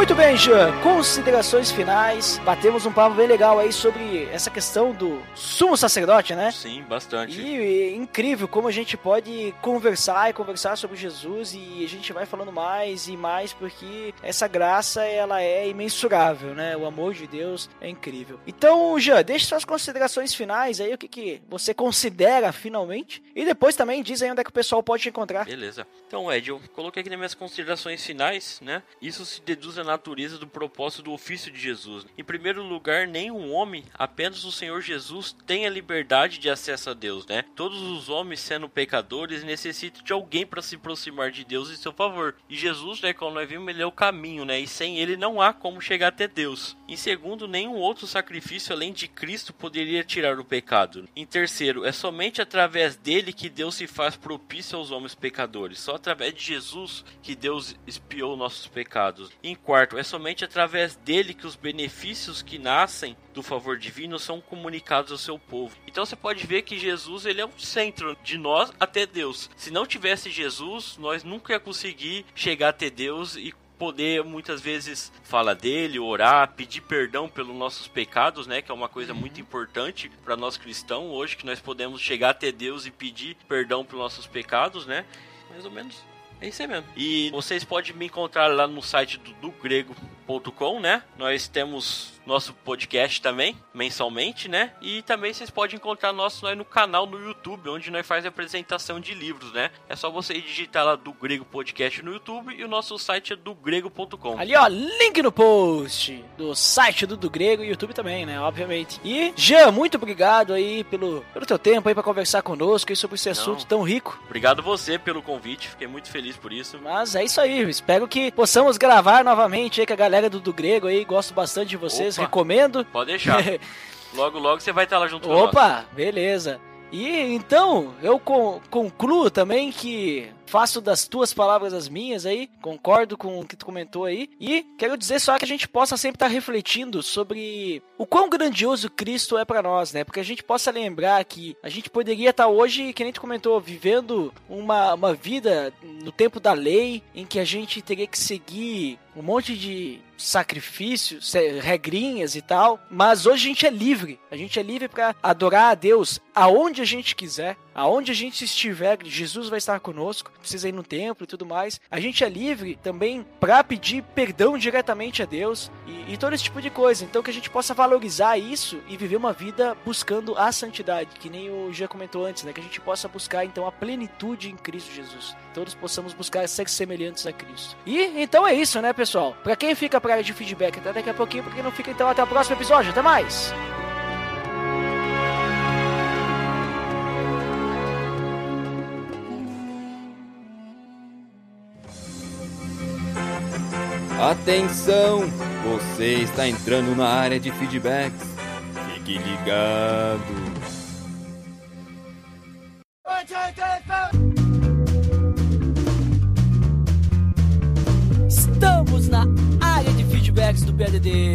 Muito bem, Jean, considerações finais. Batemos um papo bem legal aí sobre essa questão do sumo sacerdote, né? Sim, bastante. E é incrível como a gente pode conversar e conversar sobre Jesus, e a gente vai falando mais e mais, porque essa graça, ela é imensurável, né? O amor de Deus é incrível. Então, Jean, deixe suas considerações finais aí, o que, que você considera finalmente, e depois também diz aí onde é que o pessoal pode te encontrar. Beleza. Então, Ed, eu coloquei aqui nas minhas considerações finais, né? Isso se deduz à natureza do propósito do ofício de Jesus. Em primeiro lugar, nenhum homem, apenas o Senhor Jesus, tem a liberdade de acesso a Deus, né? Todos os homens, sendo pecadores, necessitam de alguém para se aproximar de Deus em seu favor. E Jesus, né, como nós vimos, ele é o caminho, né? E sem ele não há como chegar até Deus. Em segundo, nenhum outro sacrifício além de Cristo poderia tirar o pecado. Em terceiro, é somente através dele que Deus se faz propício aos homens pecadores. Só através de Jesus que Deus expiou nossos pecados. Em quarto, é somente através dele que os benefícios que nascem do favor divino são comunicados ao seu povo. Então você pode ver que Jesus, ele é o centro de nós até Deus. Se não tivesse Jesus, nós nunca ia conseguir chegar até Deus e poder muitas vezes falar dele, orar, pedir perdão pelos nossos pecados, né, que é uma coisa muito importante para nós cristãos hoje, que nós podemos chegar até Deus e pedir perdão pelos nossos pecados, né? Mais ou menos é isso aí mesmo. E vocês podem me encontrar lá no site do, do grego ponto com, né? Nós temos nosso podcast também, mensalmente, né? E também vocês podem encontrar nosso nós no canal no YouTube, onde nós faz a apresentação de livros, né? É só você digitar lá do Grego Podcast no YouTube, e o nosso site é do grego ponto com. Ali, ó, link no post do site do Do Grego e YouTube também, né? Obviamente. E, Jean, muito obrigado aí pelo, pelo teu tempo aí pra conversar conosco aí sobre esse assunto Não. tão rico. Obrigado você pelo convite, fiquei muito feliz por isso. Mas é isso aí, espero que possamos gravar novamente aí com a galera do Do Grego aí, gosto bastante de vocês, Opa, recomendo. Pode deixar. Logo, logo você vai estar lá junto com nós. Opa, beleza. E então, eu con- concluo também que faço das tuas palavras as minhas aí, concordo com o que tu comentou aí, e quero dizer só que a gente possa sempre estar refletindo sobre o quão grandioso Cristo é pra nós, né? Porque a gente possa lembrar que a gente poderia estar hoje, que nem tu comentou, vivendo uma, uma vida no tempo da lei, em que a gente teria que seguir um monte de sacrifícios, regrinhas e tal, mas hoje a gente é livre, a gente é livre para adorar a Deus aonde a gente quiser, aonde a gente estiver, Jesus vai estar conosco, precisa ir no templo e tudo mais. A gente é livre também para pedir perdão diretamente a Deus e, e todo esse tipo de coisa. Então que a gente possa valorizar isso e viver uma vida buscando a santidade, que nem o Jean comentou antes, né? Que a gente possa buscar então a plenitude em Cristo Jesus. Todos possamos buscar ser semelhantes a Cristo. E então é isso, né, pessoal? Para quem fica para área de feedback até daqui a pouquinho, porque não fica, então até o próximo episódio. Até mais! Atenção! Você está entrando na área de feedbacks. Fique ligado! Estamos na área de feedbacks do P A D D.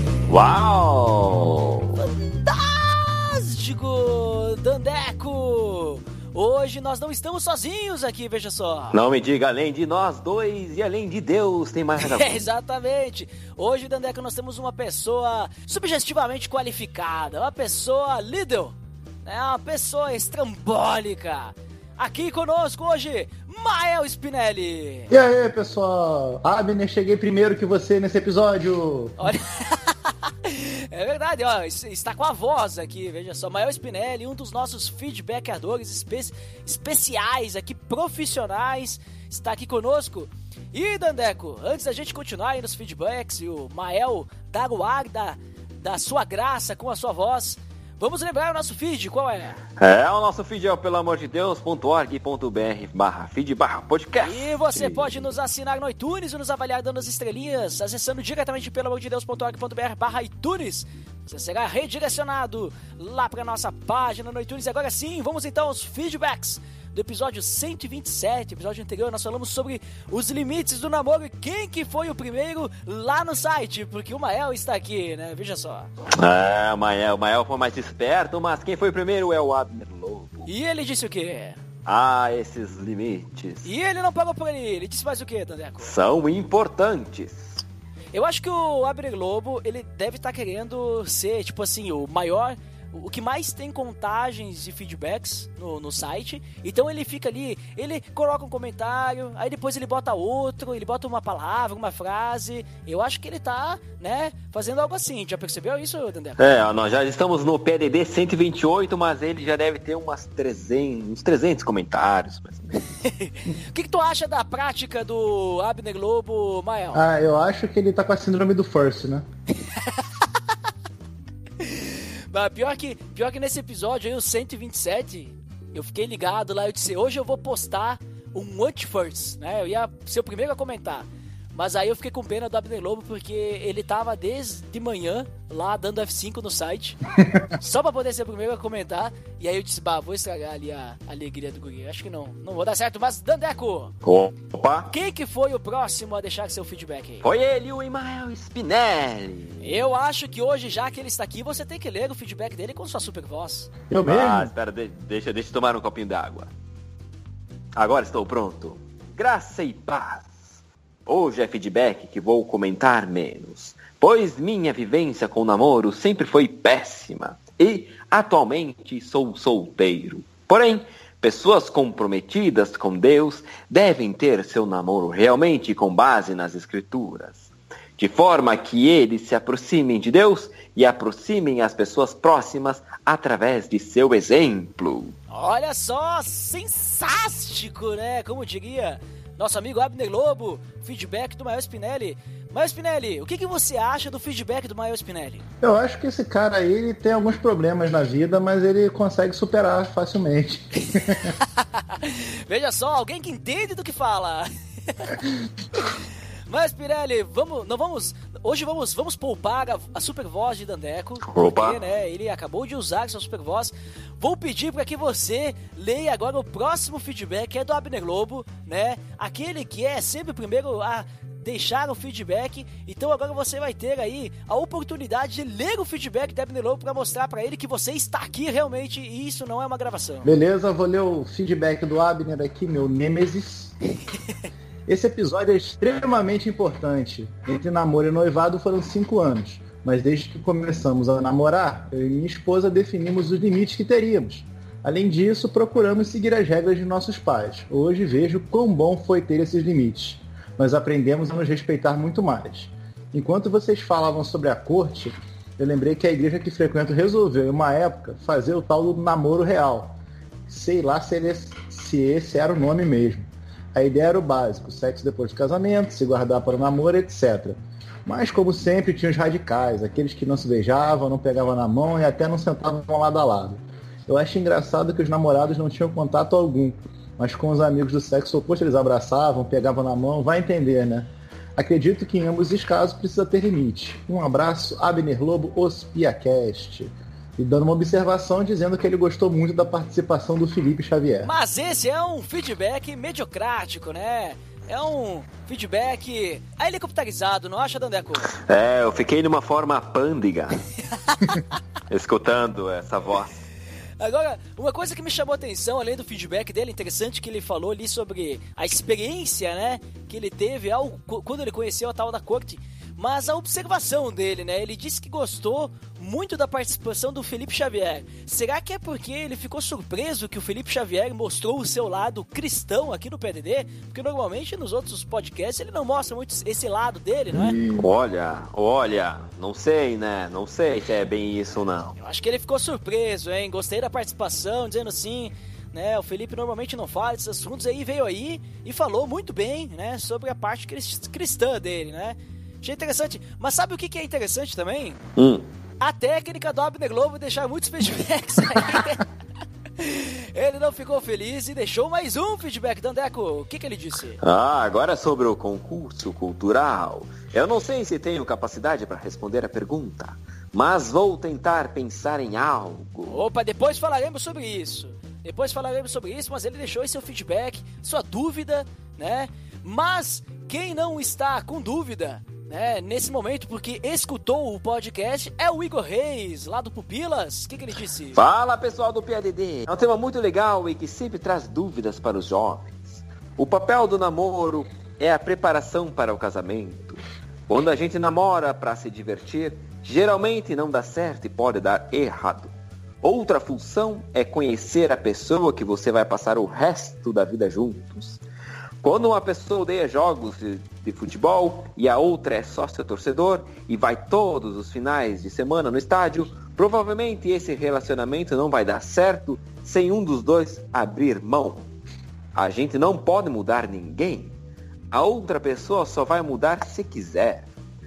Uau! Fantástico! Dandeco! Hoje nós não estamos sozinhos aqui, veja só. Não me diga, além de nós dois e além de Deus, tem mais alguém. É, exatamente. Hoje, Dandeco, nós temos uma pessoa subjetivamente qualificada, uma pessoa líder, né? Uma pessoa estrambólica. Aqui conosco hoje, Mael Spinelli. E aí, pessoal? Abner, cheguei primeiro que você nesse episódio. Olha... É verdade, ó, está com a voz aqui, veja só, Mael Spinelli, um dos nossos feedbackadores espe- especiais aqui, profissionais, está aqui conosco. E, Dandeco, antes da gente continuar aí nos feedbacks e o Mael dar o ar da, da sua graça com a sua voz, vamos lembrar o nosso feed, qual é? É, o nosso feed é o pelo amor de Deus ponto org ponto br barra feed barra podcast. E você pode nos assinar no iTunes e nos avaliar dando as estrelinhas, acessando diretamente pelo amor de Deus ponto org ponto br barra iTunes. Você será redirecionado lá para nossa página no iTunes. E agora sim, vamos então aos feedbacks do episódio cento e vinte e sete, episódio anterior, nós falamos sobre os limites do namoro e quem que foi o primeiro lá no site, porque o Mael está aqui, né? Veja só. É, o Mael, o Mael foi mais esperto, mas quem foi primeiro é o Abner Lobo. E ele disse o quê? Ah, esses limites. E ele não parou por ali, ele disse mais o quê, Dandeco? São importantes. Eu acho que o Abner Lobo, ele deve estar querendo ser, tipo assim, o maior... O que mais tem contagens e feedbacks no, no site. Então ele fica ali, ele coloca um comentário, aí depois ele bota outro, ele bota uma palavra, uma frase. Eu acho que ele tá, né, fazendo algo assim. Já percebeu isso, Dandé? É, nós já estamos no P D D cento e vinte e oito, mas ele já deve ter umas trezentos, uns trezentos comentários. Mas... O que, que tu acha da prática do Abner Lobo, Mael? Ah, eu acho que ele tá com a síndrome do First, né? Mas pior que, pior que nesse episódio aí, o cento e vinte e sete, eu fiquei ligado lá, eu disse, hoje eu vou postar um What First, né? Eu ia ser o primeiro a comentar. Mas aí eu fiquei com pena do Abner Lobo, porque ele tava desde manhã lá dando F cinco no site, só pra poder ser o primeiro a comentar. E aí eu disse, bah, vou estragar ali a alegria do guri. Acho que não, não vou dar certo, mas Dandeco! Opa! Quem que foi o próximo a deixar seu feedback aí? Foi ele, o Emael Spinelli. Eu acho que hoje, já que ele está aqui, você tem que ler o feedback dele com sua super voz. Eu mesmo? Ah, espera, de- deixa, deixa eu tomar um copinho d'água. Agora estou pronto. Graça e paz. Hoje é feedback que vou comentar menos, pois minha vivência com o namoro sempre foi péssima e atualmente sou solteiro. Porém, pessoas comprometidas com Deus devem ter seu namoro realmente com base nas Escrituras, de forma que eles se aproximem de Deus e aproximem as pessoas próximas através de seu exemplo. Olha só, sensástico, né? Como diria nosso amigo Abner Lobo, feedback do Mael Spinelli. Mael Spinelli, o que, que você acha do feedback do Mael Spinelli? Eu acho que esse cara aí ele tem alguns problemas na vida, mas ele consegue superar facilmente. Veja só, alguém que entende do que fala. Mas, Pirelli, vamos, não vamos, hoje vamos, vamos poupar a, a super voz de Dandeco. Opa. Porque, né, ele acabou de usar essa super voz. Vou pedir para que você leia agora o próximo feedback, que é do Abner Lobo, né? Aquele que é sempre o primeiro a deixar o feedback. Então agora você vai ter aí a oportunidade de ler o feedback do Abner Lobo para mostrar para ele que você está aqui realmente e isso não é uma gravação. Beleza, vou ler o feedback do Abner aqui, meu Nêmesis. Esse episódio é extremamente importante. Entre namoro e noivado foram cinco anos. Mas desde que começamos a namorar, eu e minha esposa definimos os limites que teríamos. Além disso, procuramos seguir as regras de nossos pais. Hoje vejo quão bom foi ter esses limites. Nós aprendemos a nos respeitar muito mais. Enquanto vocês falavam sobre a corte, eu lembrei que a igreja que frequento resolveu, em uma época, fazer o tal do namoro real. Sei lá se, ele, se esse era o nome mesmo. A ideia era o básico, sexo depois do casamento, se guardar para o namoro, etcétera. Mas, como sempre, tinha os radicais, aqueles que não se beijavam, não pegavam na mão e até não sentavam lado a lado. Eu acho engraçado que os namorados não tinham contato algum, mas com os amigos do sexo oposto eles abraçavam, pegavam na mão, vai entender, né? Acredito que em ambos os casos precisa ter limite. Um abraço, Abner Lobo, os PiaCast. E dando uma observação dizendo que ele gostou muito da participação do Felipe Xavier. Mas esse é um feedback mediocrático, né? É um feedback helicopterizado, não acha, Dandeco? É, eu fiquei numa forma pândega, escutando essa voz. Agora, uma coisa que me chamou a atenção, além do feedback dele, interessante que ele falou ali sobre a experiência, né, que ele teve ao, quando ele conheceu a tal da corte, mas a observação dele, né, ele disse que gostou muito da participação do Felipe Xavier. Será que é porque ele ficou surpreso que o Felipe Xavier mostrou o seu lado cristão aqui no P D D? Porque normalmente nos outros podcasts ele não mostra muito esse lado dele, não é? Olha, olha, não sei, né? Não sei se é bem isso ou não. Eu acho que ele ficou surpreso, hein? Gostei da participação, dizendo assim, né? O Felipe normalmente não fala desses assuntos, aí veio aí e falou muito bem, né? Sobre a parte cristã dele, né? Achei interessante. Mas sabe o que é interessante também? Hum. A técnica do Abner Lobo deixar muitos feedbacks aí. Ele não ficou feliz e deixou mais um feedback. Dandeco, o que, que ele disse? Ah, agora sobre o concurso cultural. Eu não sei se tenho capacidade para responder a pergunta, mas vou tentar pensar em algo. Opa, depois falaremos sobre isso. Depois falaremos sobre isso, mas ele deixou esse seu feedback, sua dúvida, né? Mas quem não está com dúvida, né, nesse momento, porque escutou o podcast, é o Igor Reis, lá do Pupilas. O que, que ele disse? Fala, pessoal do P D D. É um tema muito legal e que sempre traz dúvidas para os jovens. O papel do namoro é a preparação para o casamento. Quando a gente namora para se divertir, geralmente não dá certo e pode dar errado. Outra função é conhecer a pessoa que você vai passar o resto da vida juntos. Quando uma pessoa odeia jogos de, de futebol e a outra é sócio-torcedor e vai todos os finais de semana no estádio, provavelmente esse relacionamento não vai dar certo sem um dos dois abrir mão. A gente não pode mudar ninguém. A outra pessoa só vai mudar se quiser.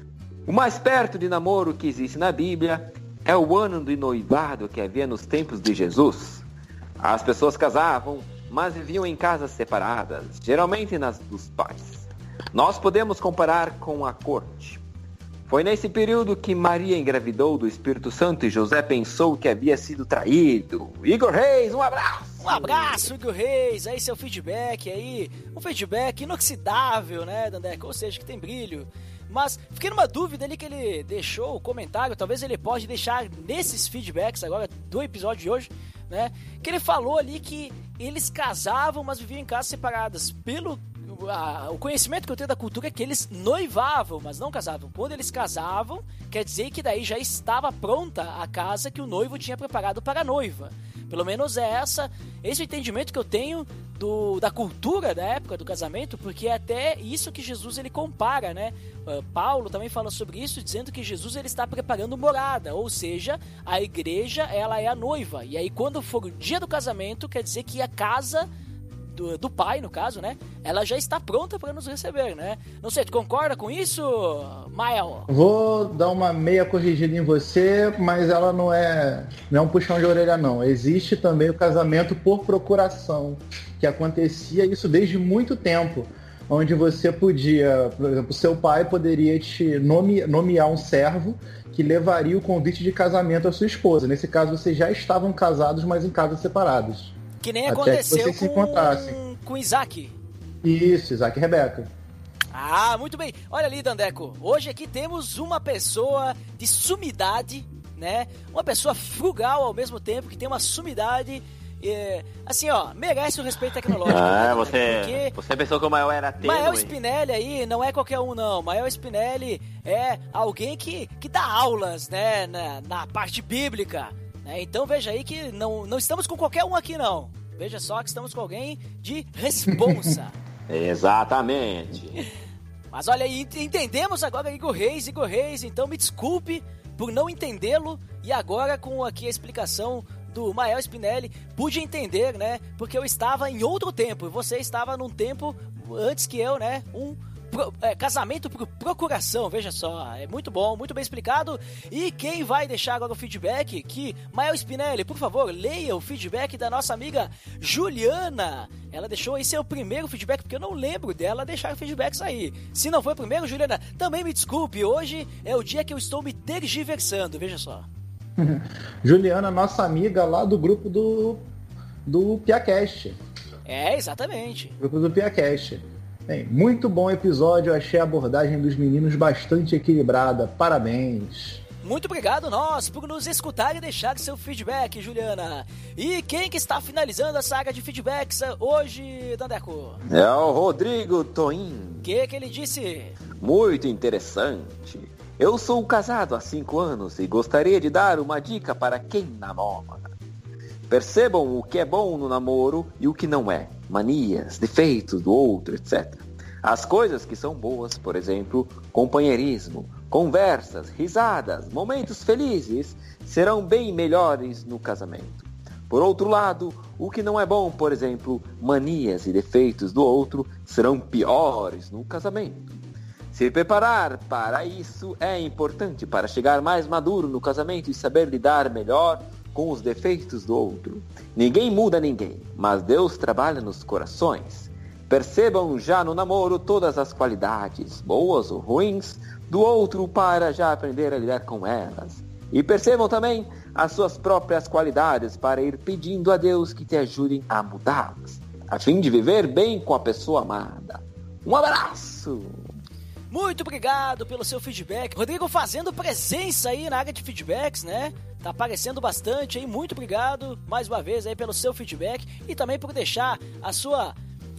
O mais perto de namoro que existe na Bíblia é o ano de noivado que havia nos tempos de Jesus. As pessoas casavam, mas viviam em casas separadas, geralmente nas dos pais. Nós podemos comparar com a corte. Foi nesse período que Maria engravidou do Espírito Santo e José pensou que havia sido traído. Igor Reis, um abraço! Um abraço, Igor Reis, aí seu feedback aí, um feedback inoxidável, né, Dandeco? Ou seja, que tem brilho. Mas fiquei numa dúvida ali que ele deixou o comentário, talvez ele pode deixar nesses feedbacks agora do episódio de hoje, né? Que ele falou ali que eles casavam, mas viviam em casas separadas. Pelo a, o conhecimento que eu tenho da cultura é que eles noivavam, mas não casavam. Quando eles casavam, quer dizer que daí já estava pronta a casa que o noivo tinha preparado para a noiva. Pelo menos é essa, esse é o entendimento que eu tenho do, da cultura da época do casamento, porque é até isso que Jesus ele compara, né? Uh, Paulo também fala sobre isso, dizendo que Jesus ele está preparando morada, ou seja, a igreja ela é a noiva. E aí quando for o dia do casamento, quer dizer que a casa do, do pai, no caso, né? Ela já está pronta para nos receber, né? Não sei, tu concorda com isso, Mael? Vou dar uma meia corrigida em você, mas ela não é, não é um puxão de orelha, não. Existe também o casamento por procuração, que acontecia isso desde muito tempo, onde você podia, por exemplo, seu pai poderia te nome, nomear um servo que levaria o convite de casamento à sua esposa. Nesse caso, vocês já estavam casados, mas em casas separadas. Que nem Até aconteceu que com, com Isaac. Isso, Isaac e Rebeca. Ah, muito bem. Olha ali, Dandeco. Hoje aqui temos uma pessoa de sumidade, né? Uma pessoa frugal ao mesmo tempo, que tem uma sumidade... É, assim, ó, merece o respeito tecnológico. Ah, né, você, você pensou que o Mael era tênue? Mael Spinelli aí não é qualquer um, não. Mael Spinelli é alguém que, que dá aulas, né, na, na parte bíblica. Né? Então veja aí que não, não estamos com qualquer um aqui, não. Veja só que estamos com alguém de responsa. Exatamente. Mas olha aí, entendemos agora Igor Reis, Igor Reis, então me desculpe por não entendê-lo. E agora com aqui a explicação do Mael Spinelli, pude entender, né? Porque eu estava em outro tempo e você estava num tempo antes que eu, né? Um pro, é, casamento por procuração, veja só. É muito bom, muito bem explicado. E quem vai deixar agora o feedback? Que Mael Spinelli, por favor, leia o feedback da nossa amiga Juliana. Ela deixou aí seu primeiro feedback, porque eu não lembro dela deixar feedbacks aí. Se não foi o primeiro, Juliana, também me desculpe. Hoje é o dia que eu estou me tergiversando, veja só. Juliana, nossa amiga lá do grupo do, do PiaCast. É, exatamente. Grupo do PiaCast. Bem, muito bom episódio, eu achei a abordagem dos meninos bastante equilibrada. Parabéns. Muito obrigado nós por nos escutar e deixar seu feedback, Juliana. E quem que está finalizando a saga de feedbacks hoje, Dandeco? É o Rodrigo Toim. O que que ele disse? Muito interessante. Eu sou casado há cinco anos e gostaria de dar uma dica para quem namora. Percebam o que é bom no namoro e o que não é. Manias, defeitos do outro, etcétera. As coisas que são boas, por exemplo, companheirismo, conversas, risadas, momentos felizes, serão bem melhores no casamento. Por outro lado, o que não é bom, por exemplo, manias e defeitos do outro, serão piores no casamento. Se preparar para isso é importante para chegar mais maduro no casamento e saber lidar melhor com os defeitos do outro. Ninguém muda ninguém, mas Deus trabalha nos corações. Percebam já no namoro todas as qualidades, boas ou ruins, do outro para já aprender a lidar com elas. E percebam também as suas próprias qualidades para ir pedindo a Deus que te ajudem a mudá-las, a fim de viver bem com a pessoa amada. Um abraço! Muito obrigado pelo seu feedback. Rodrigo fazendo presença aí na área de feedbacks, né? Tá aparecendo bastante aí. Muito obrigado mais uma vez aí pelo seu feedback e também por deixar a sua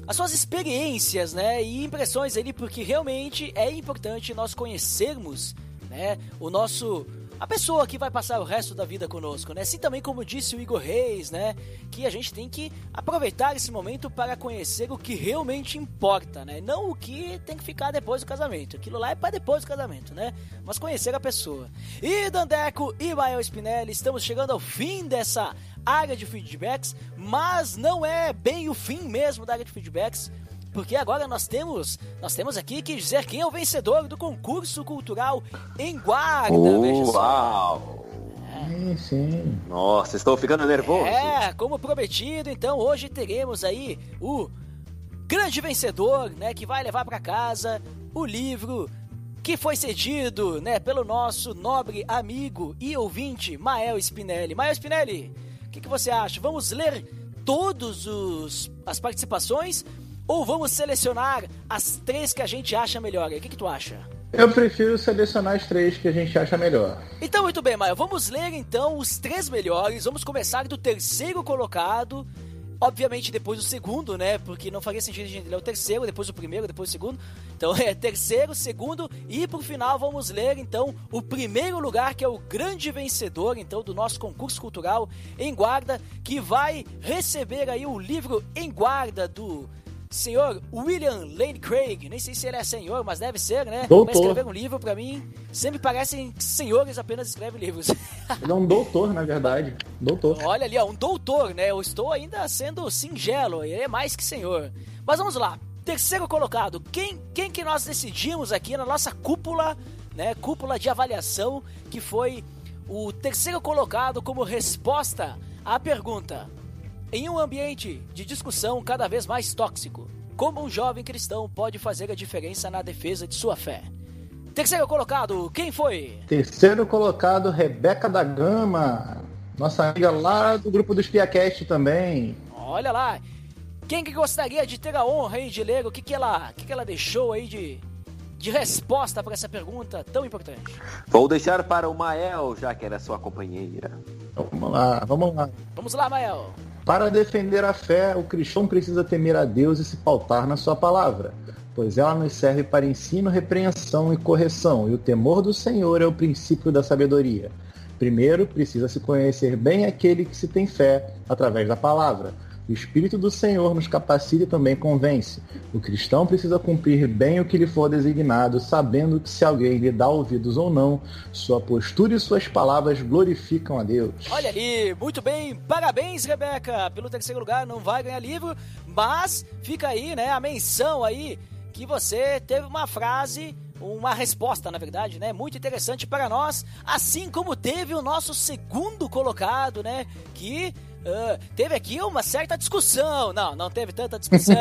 as suas experiências, né, e impressões ali, porque realmente é importante nós conhecermos, né, o nosso... a pessoa que vai passar o resto da vida conosco, né? Assim também como disse o Igor Reis, né? Que a gente tem que aproveitar esse momento para conhecer o que realmente importa, né? Não o que tem que ficar depois do casamento. Aquilo lá é para depois do casamento, né? Mas conhecer a pessoa. E Dandeco e Mael Spinelli, estamos chegando ao fim dessa área de feedbacks, mas não é bem o fim mesmo da área de feedbacks, porque agora nós temos, nós temos aqui que dizer quem é o vencedor do concurso cultural em Guarda. Oh, uau! Sim, sim. Nossa, estou ficando nervoso. É, como prometido, então hoje teremos aí o grande vencedor, né, que vai levar para casa o livro que foi cedido, né, pelo nosso nobre amigo e ouvinte Mael Spinelli. Mael Spinelli, o que, que você acha? Vamos ler todos os as participações? Ou vamos selecionar as três que a gente acha melhor? O que, que tu acha? Eu prefiro selecionar as três que a gente acha melhor. Então, muito bem, Maio. Vamos ler, então, os três melhores. Vamos começar do terceiro colocado. Obviamente, depois do segundo, né? Porque não faria sentido a gente ler o terceiro, depois o primeiro, depois o segundo. Então, é terceiro, segundo e, por final, vamos ler, então, o primeiro lugar, que é o grande vencedor, então, do nosso concurso cultural em Guarda, que vai receber aí o livro Em Guarda do... senhor William Lane Craig, nem sei se ele é senhor, mas deve ser, né? Doutor. Vai escrever um livro pra mim. Sempre parecem senhores apenas escrevem livros. Ele é um doutor, na verdade. Doutor. Olha ali, ó, um doutor, né? Eu estou ainda sendo singelo, ele é mais que senhor. Mas vamos lá, terceiro colocado. Quem, quem que nós decidimos aqui na nossa cúpula, né? Cúpula de avaliação, que foi o terceiro colocado como resposta à pergunta: em um ambiente de discussão cada vez mais tóxico, como um jovem cristão pode fazer a diferença na defesa de sua fé? Terceiro colocado, quem foi? Terceiro colocado, Rebeca da Gama, nossa amiga lá do grupo do SpiaCast também. Olha lá, quem que gostaria de ter a honra aí de ler o que que ela, o que que ela deixou aí de, de resposta para essa pergunta tão importante? Vou deixar para o Mael, já que era sua companheira. Vamos lá, vamos lá. Vamos lá, Mael. Para defender a fé, o cristão precisa temer a Deus e se pautar na sua palavra, pois ela nos serve para ensino, repreensão e correção, e o temor do Senhor é o princípio da sabedoria. Primeiro, precisa se conhecer bem aquele que se tem fé, através da palavra. O Espírito do Senhor nos capacita e também convence. O cristão precisa cumprir bem o que lhe for designado, sabendo que se alguém lhe dá ouvidos ou não, sua postura e suas palavras glorificam a Deus. Olha ali, muito bem, parabéns, Rebeca, pelo terceiro lugar. Não vai ganhar livro, mas fica aí, né, a menção aí que você teve uma frase, uma resposta, na verdade, né, muito interessante para nós, assim como teve o nosso segundo colocado, né, que uh, teve aqui uma certa discussão. Não, não teve tanta discussão.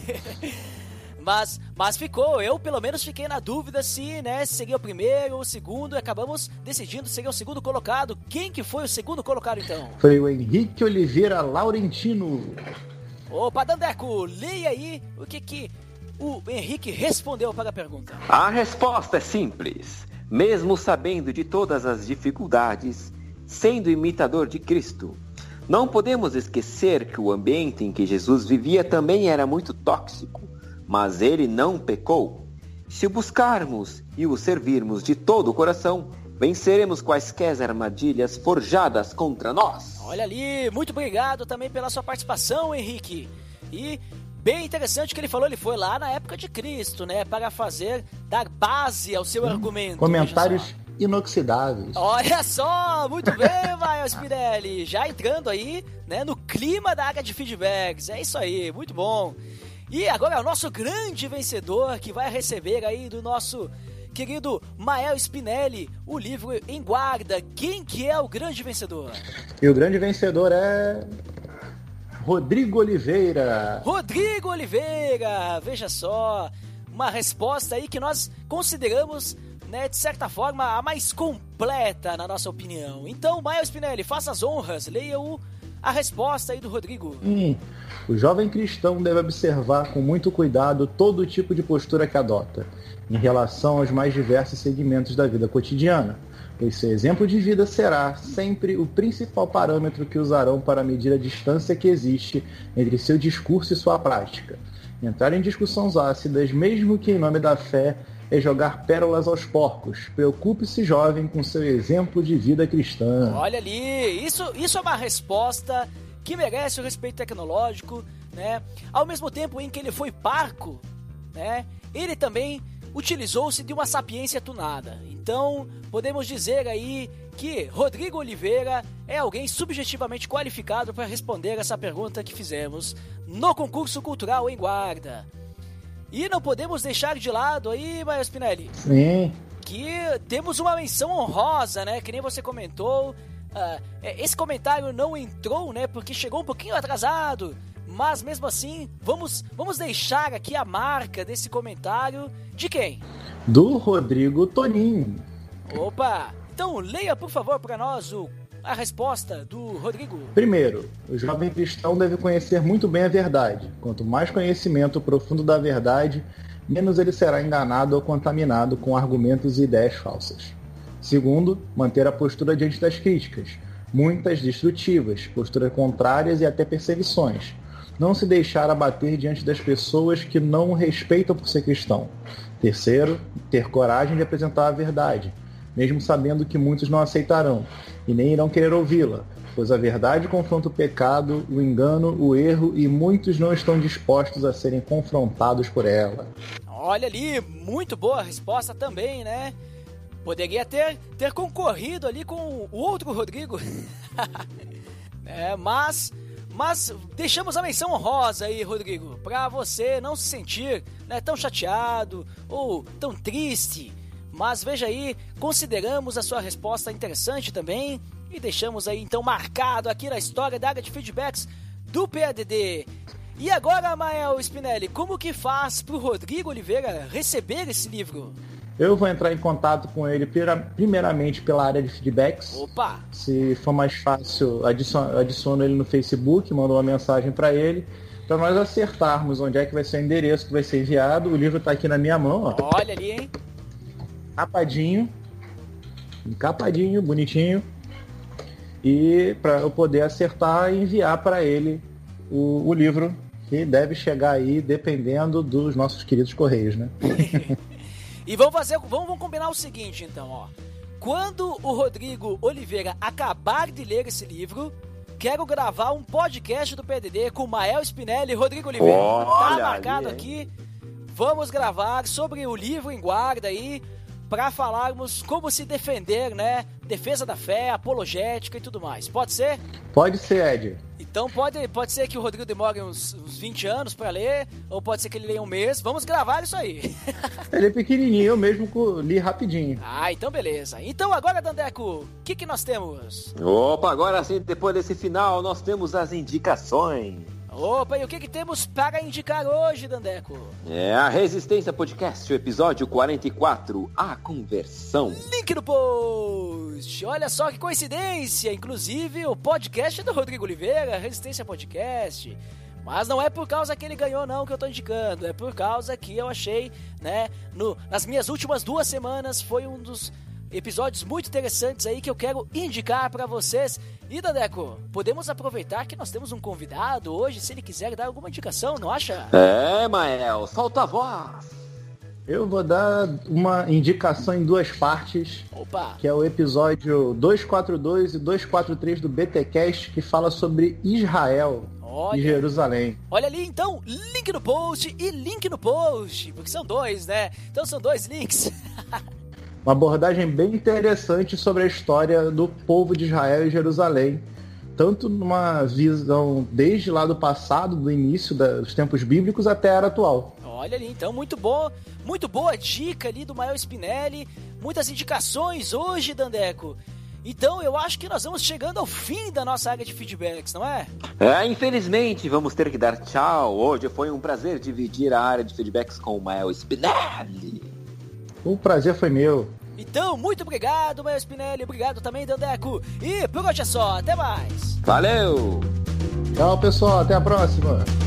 Mas, mas ficou, eu pelo menos fiquei na dúvida se, né, seria o primeiro ou o segundo, e acabamos decidindo seria o segundo colocado. Quem que foi o segundo colocado, então? Foi o Henrique Oliveira Laurentino. Opa, Dandeco, leia aí o que que o Henrique respondeu para a pergunta. A resposta é simples. Mesmo sabendo de todas as dificuldades, sendo imitador de Cristo, não podemos esquecer que o ambiente em que Jesus vivia também era muito tóxico. Mas ele não pecou. Se o buscarmos e o servirmos de todo o coração, venceremos quaisquer armadilhas forjadas contra nós. Olha ali, muito obrigado também pela sua participação, Henrique. E bem interessante o que ele falou, ele foi lá na época de Cristo, né, para fazer, dar base ao seu hum, argumento. Comentários inoxidáveis. Olha só, muito bem, Mael Spinelli. Já entrando aí, né, no clima da área de feedbacks. É isso aí, muito bom. E agora é o nosso grande vencedor que vai receber aí do nosso querido Mael Spinelli o livro Em Guarda. Quem que é o grande vencedor? E o grande vencedor é Rodrigo Oliveira. Rodrigo Oliveira, veja só, uma resposta aí que nós consideramos, né, de certa forma, a mais completa na nossa opinião. Então, Mael Spinelli, faça as honras, leia o a resposta aí do Rodrigo. Hum, o jovem cristão deve observar com muito cuidado todo tipo de postura que adota, em relação aos mais diversos segmentos da vida cotidiana, pois seu exemplo de vida será sempre o principal parâmetro que usarão para medir a distância que existe entre seu discurso e sua prática. entrar em discussões ácidas, mesmo que em nome da fé, é jogar pérolas aos porcos. Preocupe-se, jovem, com seu exemplo de vida cristã. Olha ali, isso, isso é uma resposta que merece o respeito tecnológico, né? Ao mesmo tempo em que ele foi parco, né? Ele também utilizou-se de uma sapiência tunada. Então, podemos dizer aí que Rodrigo Oliveira é alguém subjetivamente qualificado para responder essa pergunta que fizemos no concurso cultural em Guarda. E não podemos deixar de lado aí, Maio Spinelli, Sim. que temos uma menção honrosa, né? Que nem você comentou. Uh, esse comentário não entrou, né? Porque chegou um pouquinho atrasado. Mas mesmo assim, vamos, vamos deixar aqui a marca desse comentário de quem? Do Rodrigo Toninho. Opa! Então leia, por favor, para nós o, a resposta do Rodrigo. Primeiro, o jovem cristão deve conhecer muito bem a verdade. Quanto mais conhecimento profundo da verdade, menos ele será enganado ou contaminado com argumentos e ideias falsas. Segundo, manter a postura diante das críticas, muitas destrutivas, posturas contrárias e até perseguições. Não se deixar abater diante das pessoas que não o respeitam por ser cristão. Terceiro, ter coragem de apresentar a verdade, mesmo sabendo que muitos não aceitarão e nem irão querer ouvi-la, pois a verdade confronta o pecado, o engano, o erro e muitos não estão dispostos a serem confrontados por ela. Olha ali, muito boa resposta também, né? Poderia ter, ter concorrido ali com o outro Rodrigo. é, mas, mas deixamos a menção honrosa aí, Rodrigo, para você não se sentir, né, tão chateado ou tão triste. Mas veja aí, consideramos a sua resposta interessante também e deixamos aí então marcado aqui na história da área de feedbacks do P A D D. E agora, Mael Spinelli, como que faz pro Rodrigo Oliveira receber esse livro? Eu vou entrar em contato com ele primeiramente pela área de feedbacks. Opa! Se for mais fácil, adiciono, adiciono ele no Facebook, mando uma mensagem para ele, para nós acertarmos onde é que vai ser o endereço que vai ser enviado. O livro está aqui na minha mão, ó. Olha ali, hein? Capadinho, encapadinho, bonitinho, e para eu poder acertar e enviar para ele o, o livro, que deve chegar aí dependendo dos nossos queridos correios, né? E vamos fazer, vamos, vamos combinar o seguinte, então, ó. Quando o Rodrigo Oliveira acabar de ler esse livro, quero gravar um podcast do P D D com Mael Spinelli e Rodrigo Oliveira. Olha tá marcado ali, aqui. Vamos gravar sobre o livro em Guarda aí, para falarmos como se defender, né? Defesa da fé, apologética e tudo mais. Pode ser? Pode ser, Ed. Então pode, pode ser que o Rodrigo demore uns, uns vinte anos para ler, ou pode ser que ele leia um mês. Vamos gravar isso aí. Ele é pequenininho, eu mesmo li rapidinho. Ah, então beleza. Então agora, Dandeco, o que, que nós temos? Opa, agora sim, depois desse final, nós temos as indicações. Opa, e o que, que temos para indicar hoje, Dandeco? É a Resistência Podcast, o episódio quarenta e quatro, A Conversão. Link no post! Olha só que coincidência! Inclusive, o podcast é do Rodrigo Oliveira, Resistência Podcast. Mas não é por causa que ele ganhou, não, que eu tô indicando. É por causa que eu achei, né, no, nas minhas últimas duas semanas, foi um dos episódios muito interessantes aí que eu quero indicar para vocês. E, Dandeco, podemos aproveitar que nós temos um convidado hoje, se ele quiser dar alguma indicação, não acha? É, Mael, solta a voz. Eu vou dar uma indicação em duas partes. Opa! Que é o episódio duzentos e quarenta e dois e duzentos e quarenta e três do B T Cast, que fala sobre Israel olha, e Jerusalém. Olha ali, então, link no post e link no post, porque são dois, né? Então são dois links. Uma abordagem bem interessante sobre a história do povo de Israel e Jerusalém, tanto numa visão desde lá do passado, do início dos tempos bíblicos até a era atual. Olha ali, então, muito bom, muito boa dica ali do Mael Spinelli, muitas indicações hoje, Dandeco. Então eu acho que nós vamos chegando ao fim da nossa área de feedbacks, não é? É, infelizmente vamos ter que dar tchau. Hoje foi um prazer dividir a área de feedbacks com o Mael Spinelli. O prazer foi meu. Então, muito obrigado, Mael Spinelli. Obrigado também, Dandeco. E por hoje é só. Até mais. Valeu! Tchau, pessoal. Até a próxima.